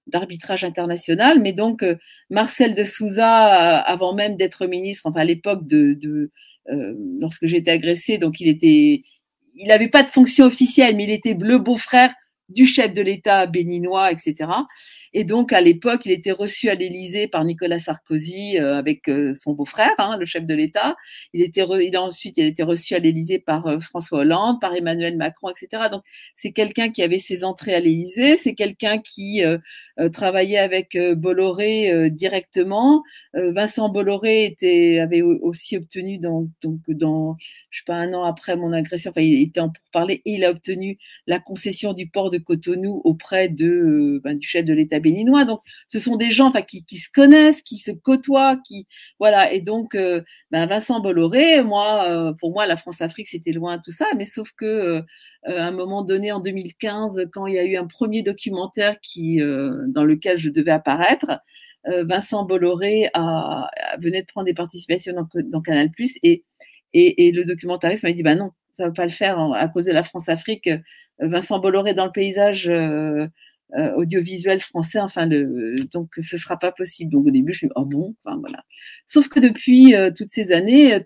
d'arbitrage international. Mais donc, Marcel de Souza, avant même d'être ministre, enfin à l'époque lorsque j'ai été agressée, donc il n'avait pas de fonction officielle, mais il était le beau-frère du chef de l'État béninois, etc. Et donc, à l'époque, il était reçu à l'Élysée par Nicolas Sarkozy avec son beau-frère, le chef de l'État. Ensuite, il a été reçu à l'Élysée par François Hollande, par Emmanuel Macron, etc. Donc, c'est quelqu'un qui avait ses entrées à l'Élysée. C'est quelqu'un qui travaillait avec Bolloré directement. Vincent Bolloré avait aussi obtenu je sais pas, un an après mon agression, enfin, il était en pourparlers et il a obtenu la concession du port de Cotonou auprès du chef de l'État béninois. Donc, ce sont des gens, qui se connaissent, qui se côtoient, voilà. Et donc, Vincent Bolloré, pour moi, la France-Afrique, c'était loin tout ça. Mais sauf que, à un moment donné, en 2015, quand il y a eu un premier documentaire dans lequel je devais apparaître, Vincent Bolloré venait de prendre des participations dans Canal+, et le documentariste m'a dit, non, ça ne va pas le faire à cause de la France-Afrique. Vincent Bolloré dans le paysage audiovisuel français, donc ce sera pas possible. Donc au début, je me dis, oh bon, voilà. Sauf que depuis toutes ces années,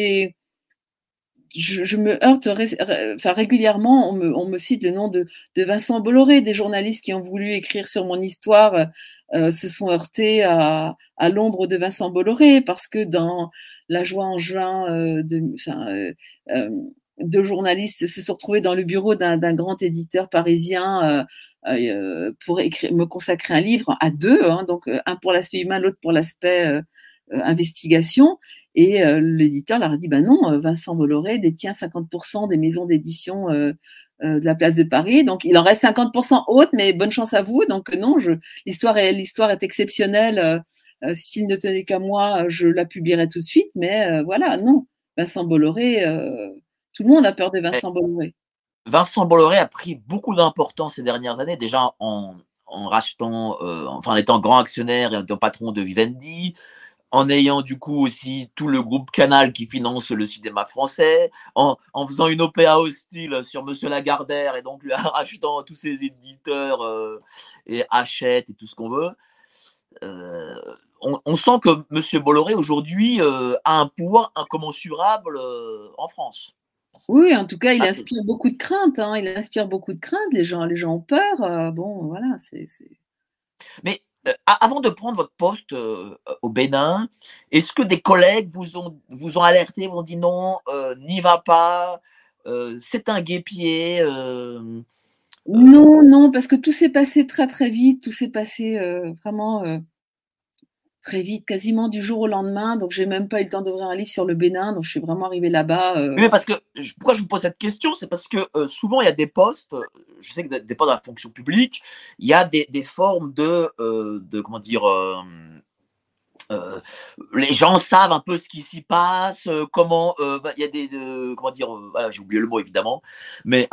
je me heurte régulièrement, on me cite le nom de Vincent Bolloré. Des journalistes qui ont voulu écrire sur mon histoire se sont heurtés à l'ombre de Vincent Bolloré, parce que dans La Joie en juin, deux journalistes se sont retrouvés dans le bureau d'un grand éditeur parisien pour me consacrer un livre à deux, donc un pour l'aspect humain, l'autre pour l'aspect investigation. Et l'éditeur leur a dit, non, Vincent Bolloré détient 50% des maisons d'édition de la place de Paris, donc il en reste 50% autres, mais bonne chance à vous. Donc non, l'histoire est exceptionnelle. S'il ne tenait qu'à moi, je la publierais tout de suite, mais voilà, non. Vincent Bolloré, tout le monde a peur de Vincent Bolloré. Vincent Bolloré a pris beaucoup d'importance ces dernières années, déjà en rachetant, en étant grand actionnaire et étant patron de Vivendi, en ayant du coup aussi tout le groupe Canal qui finance le cinéma français, en faisant une OPA hostile sur Monsieur Lagardère et donc lui rachetant tous ses éditeurs et Hachette et tout ce qu'on veut. On sent que Monsieur Bolloré aujourd'hui a un pouvoir incommensurable en France. Oui, en tout cas, il inspire beaucoup de crainte. Il inspire beaucoup de crainte. Les gens ont peur. Bon, voilà, Mais avant de prendre votre poste au Bénin, est-ce que des collègues vous ont alerté, vous ont dit non, n'y va pas, c'est un guêpier Non, parce que tout s'est passé très très vite. Tout s'est passé vraiment très vite, quasiment du jour au lendemain. Donc, j'ai même pas eu le temps d'ouvrir un livre sur le Bénin. Donc, je suis vraiment arrivée là-bas. Mais parce que, pourquoi je vous pose cette question, c'est parce que souvent, il y a des postes, je sais que des postes dans la fonction publique, il y a des formes de comment dire, les gens savent un peu ce qui s'y passe, comment, il y a des, comment dire, voilà, j'ai oublié le mot évidemment, mais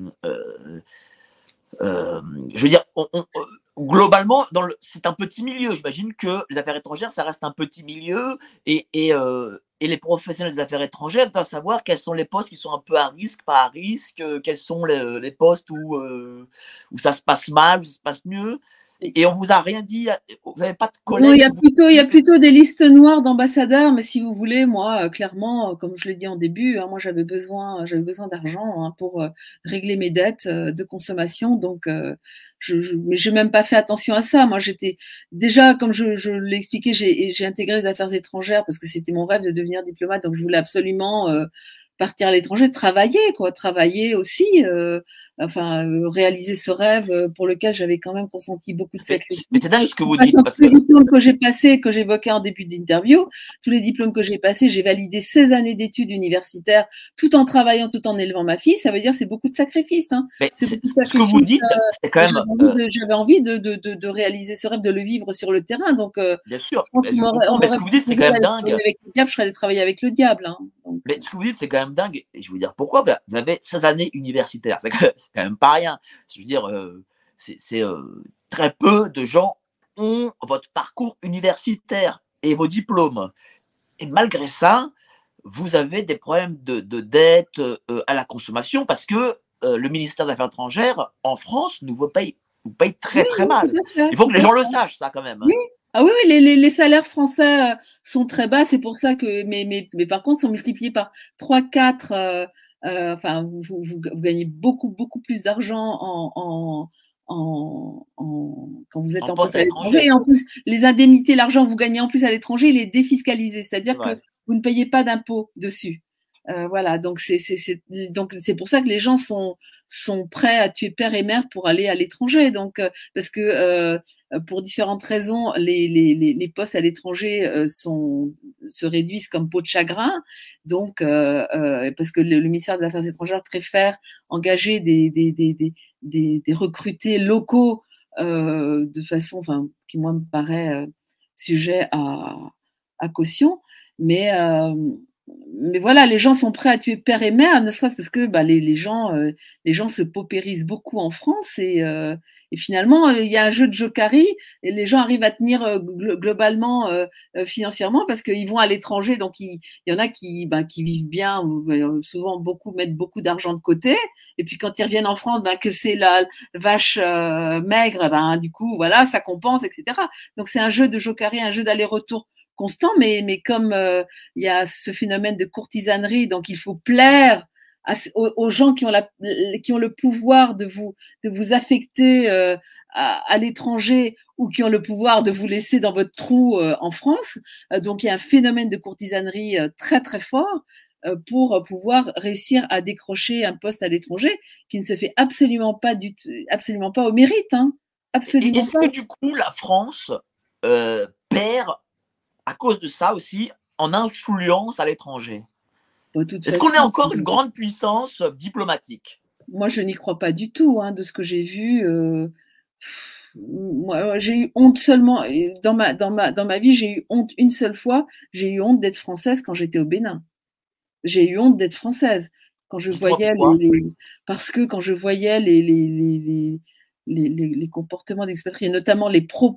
je veux dire, globalement, c'est un petit milieu. J'imagine que les affaires étrangères, ça reste un petit milieu et les professionnels des affaires étrangères doivent savoir quels sont les postes qui sont un peu à risque, pas à risque, quels sont les postes où ça se passe mal, où ça se passe mieux. Et on vous a rien dit, vous n'avez pas de collègues? Non, il y a plutôt des listes noires d'ambassadeurs, mais si vous voulez, moi, clairement, comme je l'ai dit en début, moi j'avais besoin d'argent pour régler mes dettes de consommation, donc mais j'ai même pas fait attention à ça. Moi, j'étais déjà, comme je l'ai expliqué, j'ai intégré les affaires étrangères parce que c'était mon rêve de devenir diplomate, donc je voulais absolument partir à l'étranger, travailler aussi, réaliser ce rêve pour lequel j'avais quand même consenti beaucoup de sacrifices. Mais c'est dingue ce que vous dites. Parce que les diplômes que j'ai passés, que j'évoquais en début d'interview, tous les diplômes que j'ai passés, j'ai validé 16 années d'études universitaires tout en travaillant, tout en élevant ma fille. Ça veut dire c'est beaucoup de sacrifices. Mais ce que vous dites, c'est quand même. J'avais envie de réaliser ce rêve, de le vivre sur le terrain. Donc, bien sûr. Mais ce que vous dites, c'est quand même dingue. Avec le diable, je serais allée travailler avec le diable. Donc, mais ce que vous dites, c'est quand même dingue. Et je vais vous dire pourquoi. Vous avez 16 années universitaires. C'est quand même pas rien. Je veux dire, c'est très peu de gens ont votre parcours universitaire et vos diplômes. Et malgré ça, vous avez des problèmes de dette à la consommation parce que le ministère des Affaires étrangères en France ne vous paye vous payent très Oui, très oui, tout mal. à fait, Il faut tout que les à gens le fait. sachent, ça, quand même. Oui. Ah oui, oui, les salaires français sont très bas, c'est pour ça que, mais par contre, sont multipliés par 3, 4. Enfin, vous gagnez beaucoup, beaucoup plus d'argent quand vous êtes En en poste poste à à l'étranger. l'étranger, Et en plus, les indemnités, l'argent que vous gagnez en plus à l'étranger, il est défiscalisé, c'est c'est-à-dire que vrai. vous ne payez pas d'impôts dessus. Voilà, donc c'est pour ça que les gens sont prêts à tuer père et mère pour aller à l'étranger. Donc, parce que pour différentes raisons, les postes à l'étranger se réduisent comme peau de chagrin. Donc, parce que le ministère des Affaires étrangères préfère engager des recrutés locaux de façon, enfin, qui moi me paraît sujet à caution. Mais, euh, mais voilà, les gens sont prêts à tuer père et mère, ne serait-ce parce que bah, les gens se paupérisent beaucoup en France et finalement, il y a un jeu de jokari et les gens arrivent à tenir globalement financièrement parce qu'ils vont à l'étranger, donc il y en a qui vivent bien, souvent beaucoup mettent beaucoup d'argent de côté, et puis quand ils reviennent en France, que c'est la vache maigre, du coup voilà, ça compense, etc. Donc c'est un jeu de jokari, un jeu d'aller-retour constant, mais comme il y a ce phénomène de courtisanerie, donc il faut plaire aux gens qui ont le pouvoir de vous affecter à l'étranger ou qui ont le pouvoir de vous laisser dans votre trou en France. Donc il y a un phénomène de courtisanerie très très fort pour pouvoir réussir à décrocher un poste à l'étranger qui ne se fait absolument pas au mérite, hein. Et Absolument est-ce pas. que du coup, la France perd, à cause de ça aussi, en influence à l'étranger? De toute Est-ce qu'on est façon, encore une grande puissance diplomatique? moi, je n'y crois pas du tout, hein, de ce que j'ai vu. Moi, j'ai eu honte seulement dans ma vie, j'ai eu honte une seule fois. J'ai eu honte d'être française quand j'étais au Bénin. J'ai eu honte d'être française quand je Dites-moi voyais pourquoi. parce que quand je voyais les comportements d'expatriés, notamment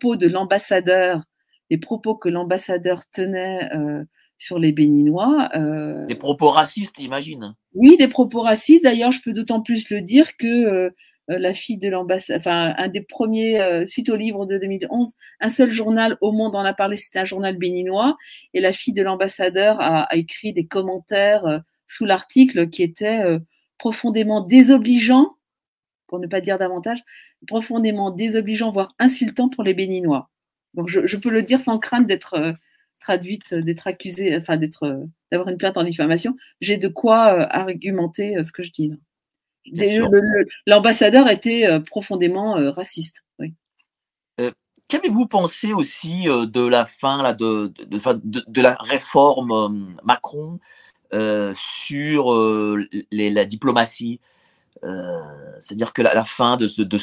les propos que l'ambassadeur tenait sur les Béninois. Des propos racistes, j'imagine. Oui, des propos racistes. D'ailleurs, je peux d'autant plus le dire que la fille de l'ambassade, enfin, un des premiers, suite au livre de 2011, un seul journal au monde en a parlé, c'était un journal béninois, et la fille de l'ambassadeur a écrit des commentaires sous l'article qui étaient profondément désobligeants, pour ne pas dire davantage, profondément désobligeants, voire insultants pour les Béninois. Donc, je peux le dire sans crainte d'être traduite, d'être accusée, enfin, d'avoir une plainte en diffamation. J'ai de quoi argumenter ce que je dis là. Bien sûr. L'ambassadeur était profondément raciste. Oui. Euh, Qu'avez-vous pensé aussi de la fin là, de la réforme Macron sur la diplomatie? C'est-à-dire que la fin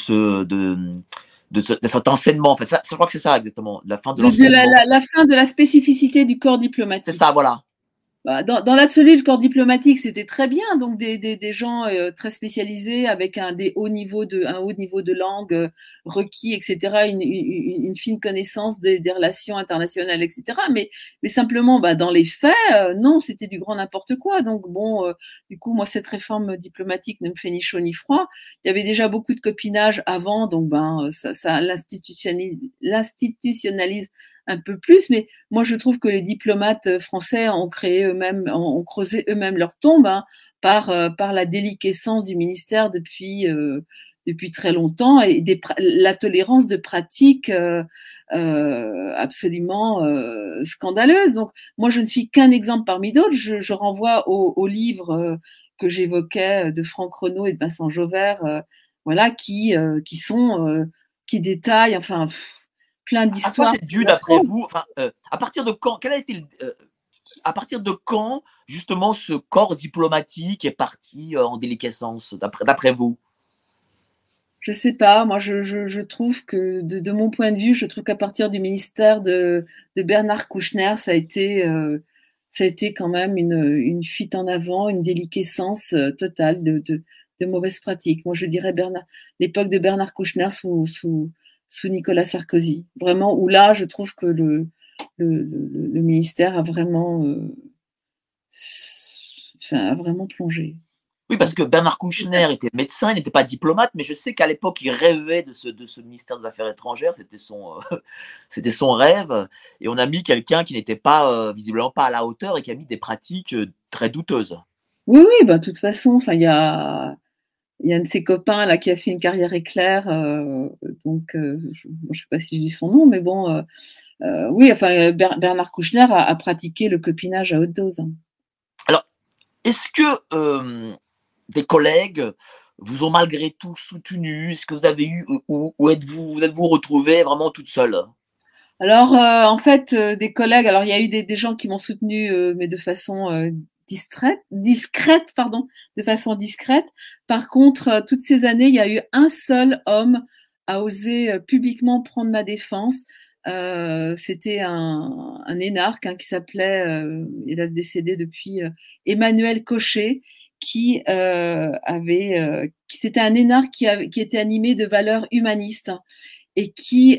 de cet enseignement, enfin, ça, je crois que c'est ça exactement, la fin de l'enseignement. La fin de la spécificité du corps C'est ça, diplomatique. voilà. Bah, dans l'absolu, le corps diplomatique, c'était très bien. Donc, des gens très spécialisés avec un haut niveau de langue requis, etc., une fine connaissance des relations internationales, etc. Mais simplement, dans les faits, non, c'était du grand n'importe quoi. Donc, bon, du coup, moi, cette réforme diplomatique ne me fait ni chaud ni froid. Il y avait déjà beaucoup de copinage avant, donc, ça l'institutionnalise un peu plus, mais moi je trouve que les diplomates français ont creusé eux-mêmes leur tombe par la déliquescence du ministère depuis très longtemps et la tolérance de pratiques absolument scandaleuses. Donc moi je ne suis qu'un exemple parmi d'autres. Je renvoie au livre que j'évoquais de Franck Renaud et de Vincent Jauvert, voilà, qui détaillent, enfin. Plein À quoi d'histoires c'est dû d'après vous? Enfin, à partir de quand, à partir de quand justement ce corps diplomatique est parti en déliquescence, d'après vous? Je sais pas, moi je trouve que de mon point de vue, je trouve qu'à partir du ministère de Bernard Kouchner, ça a été quand même une fuite en avant, une déliquescence totale de mauvaises pratiques. Moi je dirais l'époque de Bernard Kouchner sous Nicolas Sarkozy. Vraiment, où là je trouve que le ministère a vraiment, ça a vraiment plongé. Oui, parce que Bernard Kouchner était médecin, il n'était pas diplomate, mais je sais qu'à l'époque, il rêvait de ce ministère des Affaires étrangères, c'était son rêve. Et on a mis quelqu'un qui n'était pas, visiblement pas à la hauteur et qui a mis des pratiques très douteuses. Oui, oui, bah, de toute façon, enfin, il y a un de ses copains là qui a fait une carrière éclair, donc je ne sais pas si je dis son nom, mais bon, oui, enfin, Bernard Kouchner a pratiqué le copinage à haute dose. Alors, est-ce que des collègues vous ont malgré tout soutenu? Est-ce que vous avez eu, ou êtes-vous retrouvée vraiment toute seule? Alors, en fait, des collègues, alors il y a eu des gens qui m'ont soutenu, mais de façon discrète, pardon, de façon discrète. Par contre, toutes ces années, il y a eu un seul homme à oser publiquement prendre ma défense. C'était un énarque qui s'appelait, il a décédé depuis, Emmanuel Cochet, qui c'était un énarque qui était animé de valeurs humanistes et qui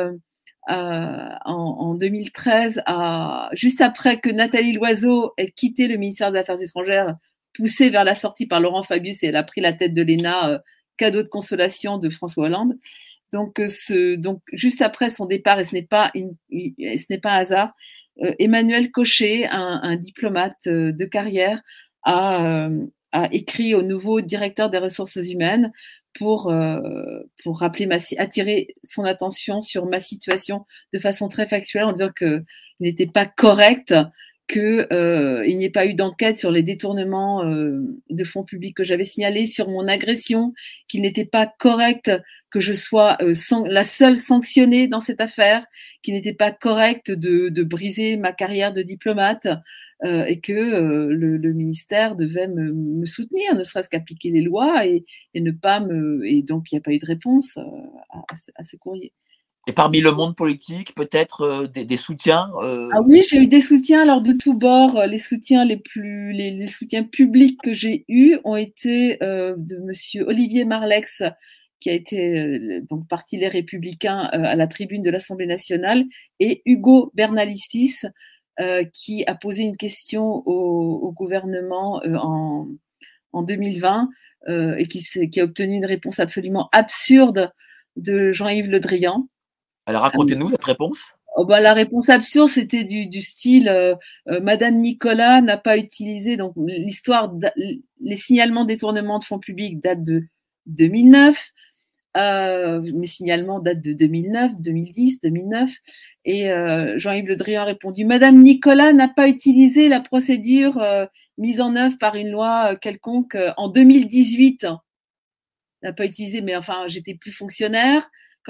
en 2013, juste après que Nathalie Loiseau ait quitté le ministère des Affaires étrangères, poussée vers la sortie par Laurent Fabius, et elle a pris la tête de l'ENA, cadeau de consolation de François Hollande. Donc, juste après son départ, et ce n'est pas un hasard, Emmanuel Cochet, un diplomate de carrière, a écrit au nouveau directeur des ressources humaines pour attirer son attention sur ma situation de façon très factuelle, en disant qu'il n'était pas correct qu'il n'y ait pas eu d'enquête sur les détournements de fonds publics que j'avais signalés, sur mon agression, qu'il n'était pas correct que je sois la seule sanctionnée dans cette affaire, qu'il n'était pas correct de briser ma carrière de diplomate, et que le ministère devait me soutenir, ne serait-ce qu'appliquer les lois, et ne pas et donc il n'y a pas eu de réponse à ce courrier. Et parmi le monde politique, peut-être des soutiens Ah oui, j'ai eu des soutiens alors de tous bords. Les soutiens les soutiens publics que j'ai eus ont été de Monsieur Olivier Marleix, qui a été donc parti Les Républicains à la tribune de l'Assemblée nationale, et Hugo Bernalicis, qui a posé une question au gouvernement en 2020, et qui a obtenu une réponse absolument absurde de Jean-Yves Le Drian. Alors, racontez-nous cette réponse. Oh bah, la réponse absurde, c'était du style Madame Nicolas n'a pas utilisé, donc les signalements de détournement de fonds publics datent de 2009. Mes signalements datent de 2009, 2010, 2009. Et Jean-Yves Le Drian a répondu: Madame Nicolas n'a pas utilisé la procédure mise en œuvre par une loi quelconque en 2018. N'a pas utilisé, mais enfin, j'étais plus fonctionnaire.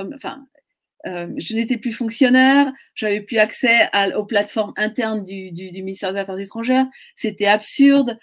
Je n'étais plus fonctionnaire, j'avais plus accès aux plateformes internes du ministère des Affaires étrangères. C'était absurde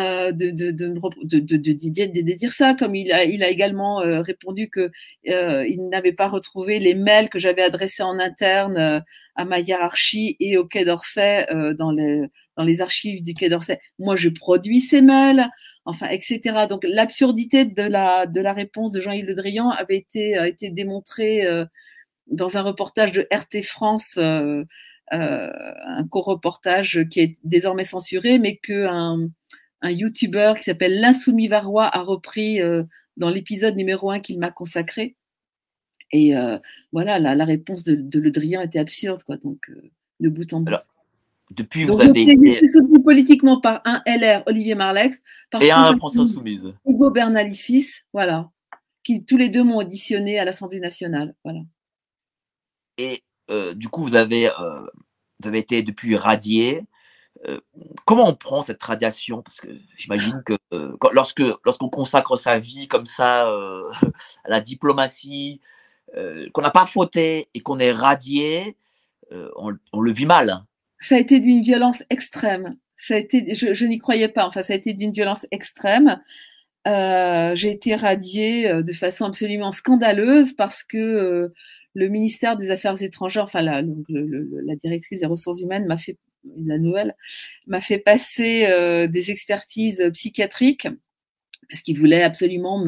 de dire ça, comme il a également répondu que il n'avait pas retrouvé les mails que j'avais adressés en interne à ma hiérarchie et au Quai d'Orsay, dans les archives du Quai d'Orsay. Moi, je produis ces mails, enfin, etc. Donc, l'absurdité de la réponse de Jean-Yves Le Drian a été démontrée dans un reportage de RT France, un co-reportage qui est désormais censuré, mais qu'un YouTuber qui s'appelle l'Insoumis Varois a repris dans l'épisode numéro 1 qu'il m'a consacré. Et voilà, la réponse de Le Drian était absurde, quoi, donc de bout en bout. Alors, depuis, donc, vous avez été soutenu politiquement par un LR, Olivier Marleix, par et un François Insoumise, Hugo Bernalicis, voilà, qui tous les deux m'ont auditionné à l'Assemblée nationale, voilà. Et du coup, vous avez été depuis radié. Comment on prend cette radiation? Parce que j'imagine que lorsqu'on consacre sa vie comme ça à la diplomatie, qu'on n'a pas fauté et qu'on est radié, on le vit mal. Ça a été d'une violence extrême. Je n'y croyais pas. Enfin, ça a été d'une violence extrême. J'ai été radiée de façon absolument scandaleuse parce que le ministère des Affaires étrangères, enfin la directrice des ressources humaines la nouvelle, m'a fait passer des expertises psychiatriques parce qu'il voulait absolument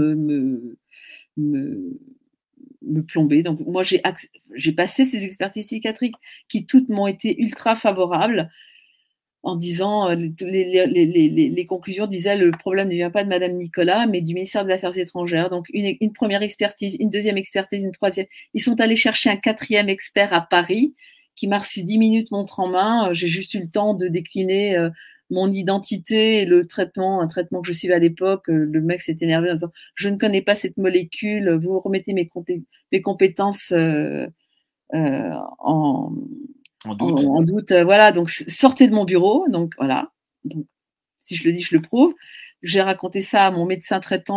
me plomber. Donc moi j'ai passé ces expertises psychiatriques qui toutes m'ont été ultra favorables. en disant, les conclusions disaient le problème ne vient pas de Madame Nicolas, mais du ministère des Affaires étrangères. Donc une première expertise, une deuxième expertise, une troisième. Ils sont allés chercher un quatrième expert à Paris qui m'a reçu 10 minutes montre en main. J'ai juste eu le temps de décliner mon identité et le traitement, un traitement que je suivais à l'époque. Le mec s'est énervé en disant je ne connais pas cette molécule, vous remettez mes compétences en En doute. en doute. Voilà, donc sortez de mon bureau. Donc voilà, donc, si je le dis, je le prouve. J'ai raconté ça à mon médecin traitant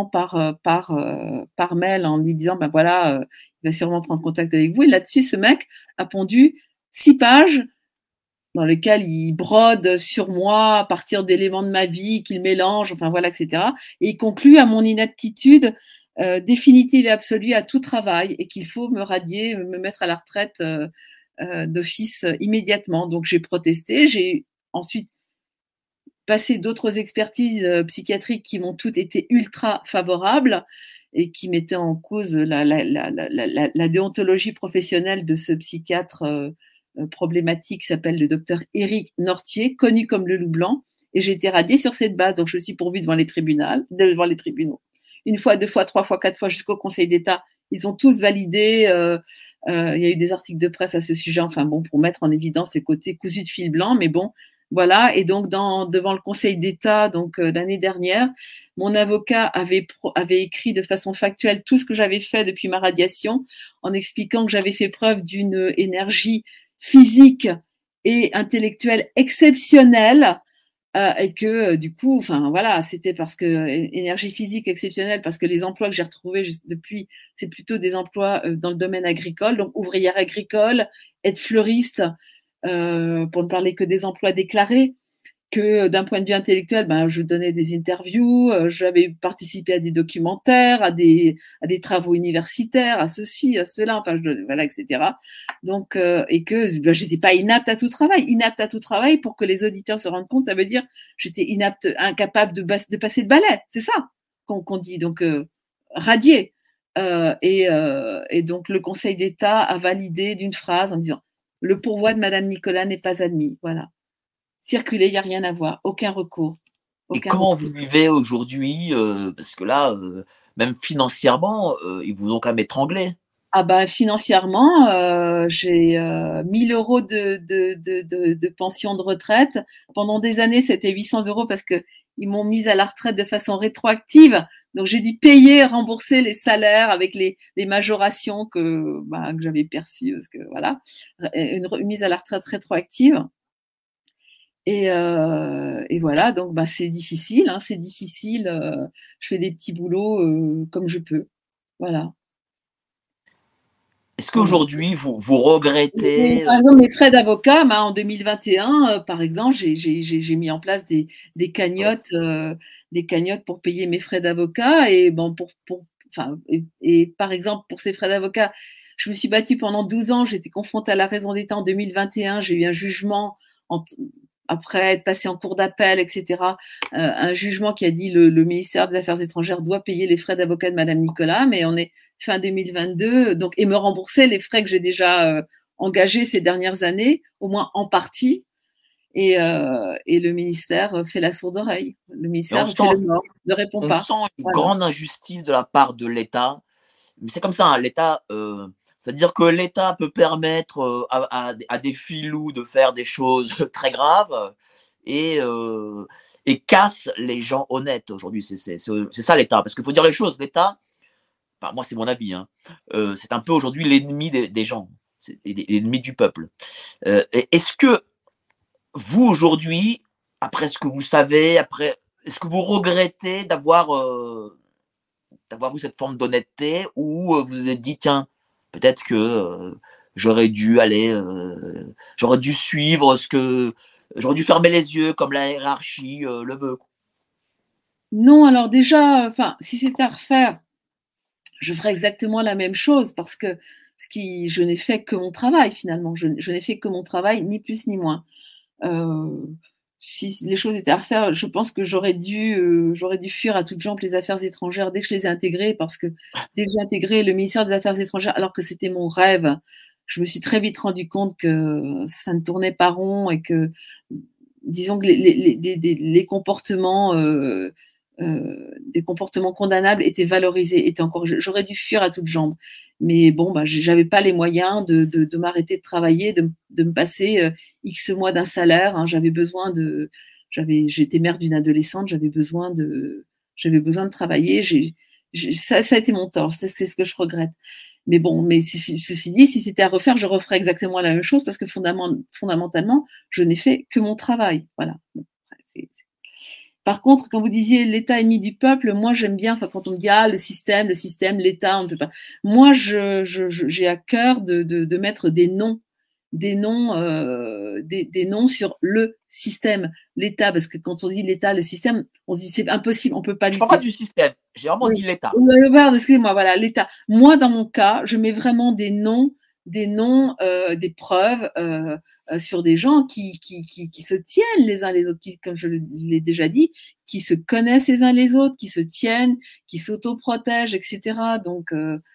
par mail en lui disant ben voilà, il va sûrement prendre contact avec vous. Et là-dessus, ce mec a pondu 6 pages dans lesquelles il brode sur moi à partir d'éléments de ma vie qu'il mélange, enfin voilà, etc. Et il conclut à mon inaptitude définitive et absolue à tout travail et qu'il faut me radier, me mettre à la retraite d'office immédiatement. Donc j'ai protesté, j'ai ensuite passé d'autres expertises psychiatriques qui m'ont toutes été ultra favorables et qui mettaient en cause la déontologie professionnelle de ce psychiatre problématique qui s'appelle le docteur Éric Nortier, connu comme le loup blanc, et j'ai été radiée sur cette base. Donc je suis pourvue devant les tribunaux. Une fois, 2 fois, 3 fois, 4 fois jusqu'au Conseil d'État. Ils ont tous validé. Il y a eu des articles de presse à ce sujet, enfin bon, pour mettre en évidence les côtés cousus de fil blanc, mais bon, voilà. Et donc devant le Conseil d'État, donc l'année dernière, mon avocat avait écrit de façon factuelle tout ce que j'avais fait depuis ma radiation, en expliquant que j'avais fait preuve d'une énergie physique et intellectuelle exceptionnelle. Et que du coup, enfin voilà, c'était parce que énergie physique exceptionnelle, parce que les emplois que j'ai retrouvés depuis, c'est plutôt des emplois dans le domaine agricole, donc ouvrière agricole, aide fleuriste, pour ne parler que des emplois déclarés. Que d'un point de vue intellectuel, ben, je donnais des interviews, j'avais participé à des documentaires, à des travaux universitaires, à ceci, à cela, enfin, voilà, etc. Donc, et que ben, j'étais pas inapte à tout travail. Inapte à tout travail, pour que les auditeurs se rendent compte, ça veut dire j'étais inapte, incapable de passer le balai. C'est ça qu'on dit. Donc, radié. Et donc, le Conseil d'État a validé d'une phrase en disant le pourvoi de Madame Nicolas n'est pas admis. Voilà. Circuler, il n'y a rien à voir, aucun recours. Et Aucun comment recours. vous vivez aujourd'hui parce que là, même financièrement, ils vous ont quand même étranglé. Ah bah, financièrement, j'ai 1000 euros de pension de retraite. Pendant des années, c'était 800 euros parce qu'ils m'ont mise à la retraite de façon rétroactive. Donc, j'ai dû payer, rembourser les salaires avec les majorations que j'avais perçues. Parce que, voilà, une mise à la retraite rétroactive. Et voilà, donc c'est difficile, hein, c'est difficile. Je fais des petits boulots comme je peux. Voilà. Est-ce Voilà. qu'aujourd'hui, vous Et, regrettez par exemple, mes frais d'avocat, en 2021, par exemple, j'ai mis en place des cagnottes, pour payer mes frais d'avocat. Et bon, enfin, et par exemple, pour ces frais d'avocat, je me suis battue pendant 12 ans. J'étais confrontée à la raison d'État en 2021. J'ai eu un jugement après être passé en cour d'appel, etc. Un jugement qui a dit le ministère des Affaires étrangères doit payer les frais d'avocat de Madame Nicolas, mais on est fin 2022, donc, et me rembourser les frais que j'ai déjà engagés ces dernières années, au moins en partie. Et le ministère fait la sourde oreille. Le mais ministère fait le mort, ne répond on pas. sent une Voilà. grande injustice de la part de l'État. Mais c'est comme ça, hein, l'État, c'est-à-dire que l'État peut permettre à des filous de faire des choses très graves et, casse les gens honnêtes aujourd'hui. C'est ça l'État. Parce qu'il faut dire les choses, l'État, enfin, moi c'est mon avis, hein, c'est un peu aujourd'hui l'ennemi des gens, c'est l'ennemi du peuple. Est-ce que vous aujourd'hui, après ce que vous savez, est-ce que vous regrettez d'avoir eu cette forme d'honnêteté ou vous vous êtes dit, tiens, peut-être que j'aurais dû aller, j'aurais dû suivre j'aurais dû fermer les yeux comme la hiérarchie le veut. Non, alors déjà, enfin, si c'était à refaire, je ferais exactement la même chose parce que je n'ai fait que mon travail finalement. Je n'ai fait que mon travail, ni plus ni moins. Si les choses étaient à refaire, je pense que j'aurais dû fuir à toutes jambes les affaires étrangères dès que je les ai intégrées, parce que dès que j'ai intégré le ministère des Affaires étrangères, alors que c'était mon rêve, je me suis très vite rendu compte que ça ne tournait pas rond et que disons que les comportements, des comportements condamnables étaient valorisés, étaient encore. J'aurais dû fuir à toutes jambes, mais bon, bah, j'avais pas les moyens de m'arrêter de travailler, de me passer X mois d'un salaire. Hein, j'étais mère d'une adolescente, j'avais besoin de travailler. Ça a été mon tort, c'est ce que je regrette. Mais bon, mais ceci dit, si c'était à refaire, je referais exactement la même chose parce que fondamentalement, je n'ai fait que mon travail. Voilà. Par contre, quand vous disiez l'État ennemi du peuple, moi j'aime bien, enfin quand on dit le système, l'État, on ne peut pas. Moi, j'ai à cœur de mettre des noms sur le système, l'État, parce que quand on dit l'État, le système, on se dit c'est impossible, on peut pas lutter. Je parle pas du système, j'ai vraiment dit l'État. Excusez-moi, voilà, l'État. Moi, dans mon cas, je mets vraiment des noms, des preuves sur des gens qui se tiennent les uns les autres, qui, comme je l'ai déjà dit, qui se connaissent les uns les autres, qui se tiennent, qui s'autoprotègent, etc. Donc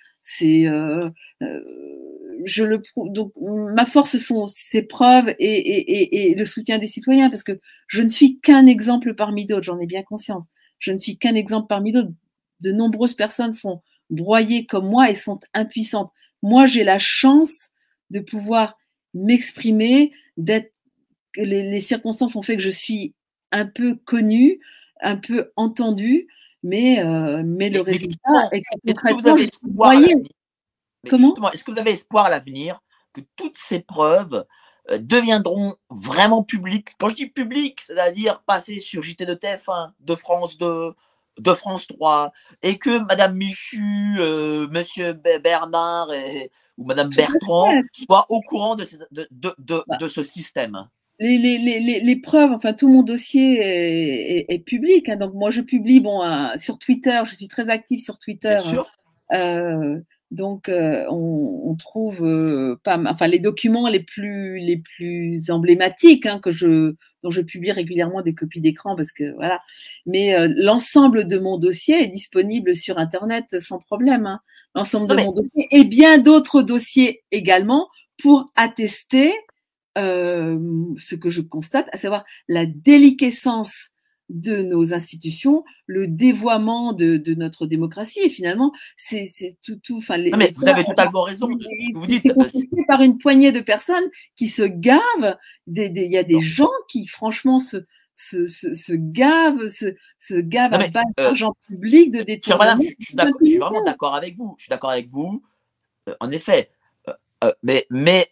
donc ma force, ce sont ces preuves et le soutien des citoyens, parce que je ne suis qu'un exemple parmi d'autres, j'en ai bien conscience. Je ne suis qu'un exemple parmi d'autres. De nombreuses personnes sont broyées comme moi et sont impuissantes. Moi, j'ai la chance de pouvoir m'exprimer, les circonstances ont fait que je suis un peu connue, un peu entendue, mais le résultat est que concrètement, je suis broyée. Comment ? Est-ce que vous avez espoir à l'avenir que toutes ces preuves deviendront vraiment publiques? Quand je dis publiques, c'est-à-dire passer sur JT de TF1, de France 2, de France 3, et que Madame Michu, Monsieur Bernard ou Madame Bertrand soient au courant de ce système. Les preuves, enfin tout mon dossier est public. Hein, donc moi je publie sur Twitter, je suis très active sur Twitter. Bien sûr. Donc on trouve les documents les plus emblématiques dont je publie régulièrement des copies d'écran parce que voilà. Mais l'ensemble de mon dossier est disponible sur Internet sans problème. Hein. L'ensemble de mon dossier et bien d'autres dossiers également pour attester ce que je constate, à savoir la déliquescence de nos institutions, le dévoiement de notre démocratie. Et finalement, c'est tout. Enfin, vous avez totalement raison. Vous dites c'est constitué par une poignée de personnes qui se gavent. Il y a des gens qui, franchement, se gavent à bas d'argent public de détournement. Je suis vraiment d'accord avec vous. Je suis d'accord avec vous. En effet. Mais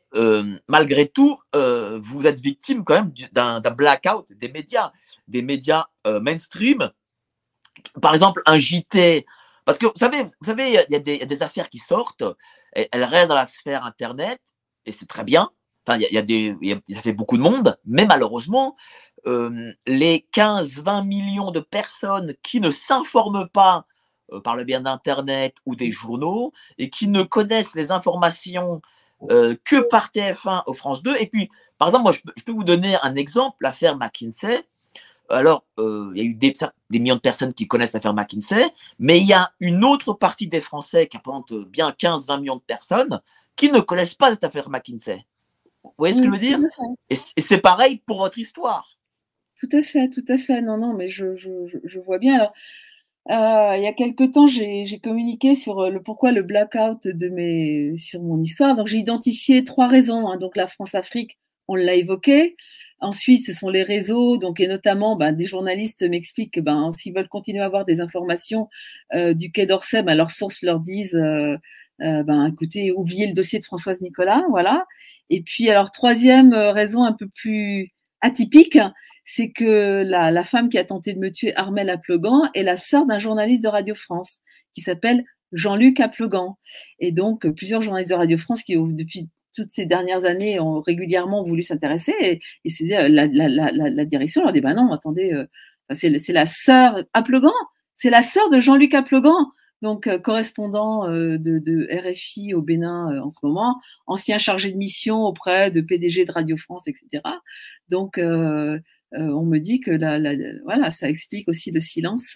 malgré tout, vous êtes victime quand même d'un blackout des médias mainstream. Par exemple, un JT, parce que vous savez, il y a des affaires qui sortent, elles restent dans la sphère Internet, et c'est très bien. Enfin, ça fait beaucoup de monde, mais malheureusement, les 15-20 millions de personnes qui ne s'informent pas par le biais d'Internet ou des journaux et qui ne connaissent les informations que par TF1 ou France 2. Et puis, par exemple, moi, je peux vous donner un exemple, l'affaire McKinsey. Alors, il y a eu des millions de personnes qui connaissent l'affaire McKinsey, mais il y a une autre partie des Français, qui représente bien 15-20 millions de personnes, qui ne connaissent pas cette affaire McKinsey. Vous voyez ce que je veux dire ? Et c'est pareil pour votre histoire. Tout à fait. Non, mais je vois bien. Alors, il y a quelque temps, j'ai communiqué sur le pourquoi le blackout sur mon histoire. Donc, j'ai identifié 3 raisons. Hein. Donc, la France-Afrique, on l'a évoqué. Ensuite, ce sont les réseaux, donc et notamment, des journalistes m'expliquent que s'ils veulent continuer à avoir des informations du Quai d'Orsay, leurs sources leur disent écoutez, oubliez le dossier de Françoise Nicolas, voilà. Et puis, alors, 3e raison un peu plus atypique, c'est que la femme qui a tenté de me tuer, Armelle Aplegan, est la sœur d'un journaliste de Radio France qui s'appelle Jean-Luc Aplegan. Et donc, plusieurs journalistes de Radio France qui, depuis toutes ces dernières années, ont régulièrement voulu s'intéresser. Et c'est la direction leur dit non, attendez, c'est la sœur Aplegan, c'est la sœur de Jean-Luc Aplegan. Donc, correspondant de RFI au Bénin en ce moment, ancien chargé de mission auprès de PDG de Radio France, etc. Donc, on me dit que voilà, ça explique aussi le silence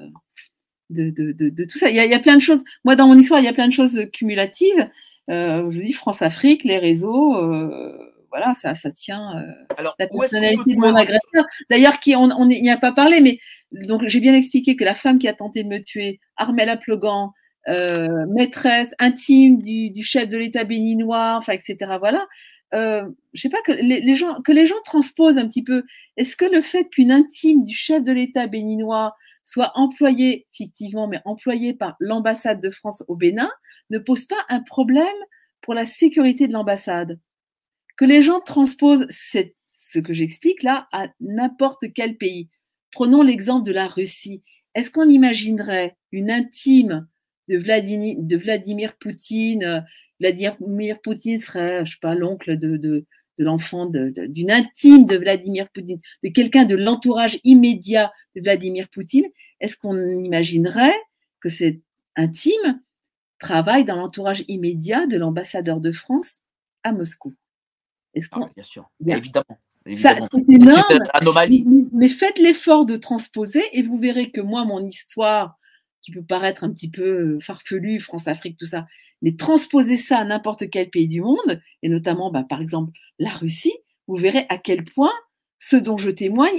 de tout ça. Il y a plein de choses. Moi, dans mon histoire, il y a plein de choses cumulatives. Je dis France-Afrique, les réseaux, voilà, ça tient Alors, la où est-ce qu'on peut personnalité de trouver mon votre... agresseur. D'ailleurs, on n'y a pas parlé, mais donc j'ai bien expliqué que la femme qui a tenté de me tuer, Armelle Plogan, maîtresse intime du chef de l'État béninois, enfin, etc. Voilà. Je sais pas que les gens transposent un petit peu. Est-ce que le fait qu'une intime du chef de l'État béninois soit employée fictivement, mais employée par l'ambassade de France au Bénin, ne pose pas un problème pour la sécurité de l'ambassade? Que les gens transposent ce que j'explique là à n'importe quel pays. Prenons l'exemple de la Russie. Est-ce qu'on imaginerait une intime de Vladimir Poutine? Vladimir Poutine serait, je sais pas, l'oncle de l'enfant d'une intime de Vladimir Poutine, de quelqu'un de l'entourage immédiat de Vladimir Poutine. Est-ce qu'on imaginerait que cette intime travaille dans l'entourage immédiat de l'ambassadeur de France à Moscou? Est-ce Ah, qu'on... bien sûr, Bien. évidemment, Ça, évidemment. c'est C'est énorme, une anomalie. mais faites l'effort de transposer et vous verrez que moi, mon histoire, qui peut paraître un petit peu farfelue, France-Afrique, tout ça, mais transposez ça à n'importe quel pays du monde, et notamment, par exemple, la Russie, vous verrez à quel point ce dont je témoigne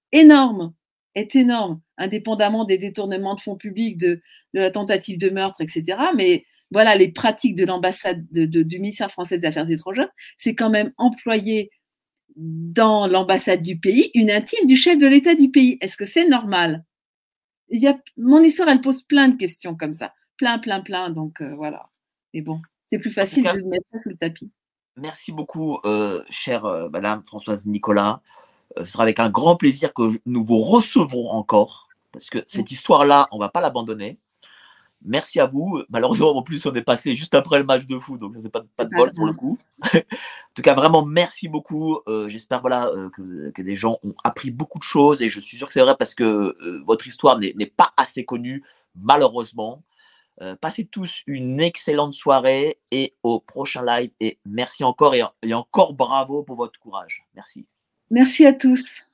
est énorme, indépendamment des détournements de fonds publics, de la tentative de meurtre, etc. Mais voilà, les pratiques de l'ambassade du ministère français des Affaires étrangères, c'est quand même employé dans l'ambassade du pays une intime du chef de l'État du pays. Est-ce que c'est normal? Mon histoire, elle pose plein de questions comme ça. Plein. Donc voilà. Mais bon, c'est plus En tout facile cas, de mettre ça sous le tapis. merci beaucoup, chère Madame Françoise Nicolas. Ce sera avec un grand plaisir que nous vous recevrons encore, parce que cette histoire-là, on ne va pas l'abandonner. Merci à vous. Malheureusement, en plus, on est passé juste après le match de foot, donc ça c'est pas de bol pour le coup. En tout cas, vraiment, merci beaucoup. J'espère voilà, que des gens ont appris beaucoup de choses, et je suis sûr que c'est vrai parce que votre histoire n'est pas assez connue, malheureusement. Passez tous une excellente soirée et au prochain live. Et merci encore, et encore bravo pour votre courage. Merci. Merci à tous.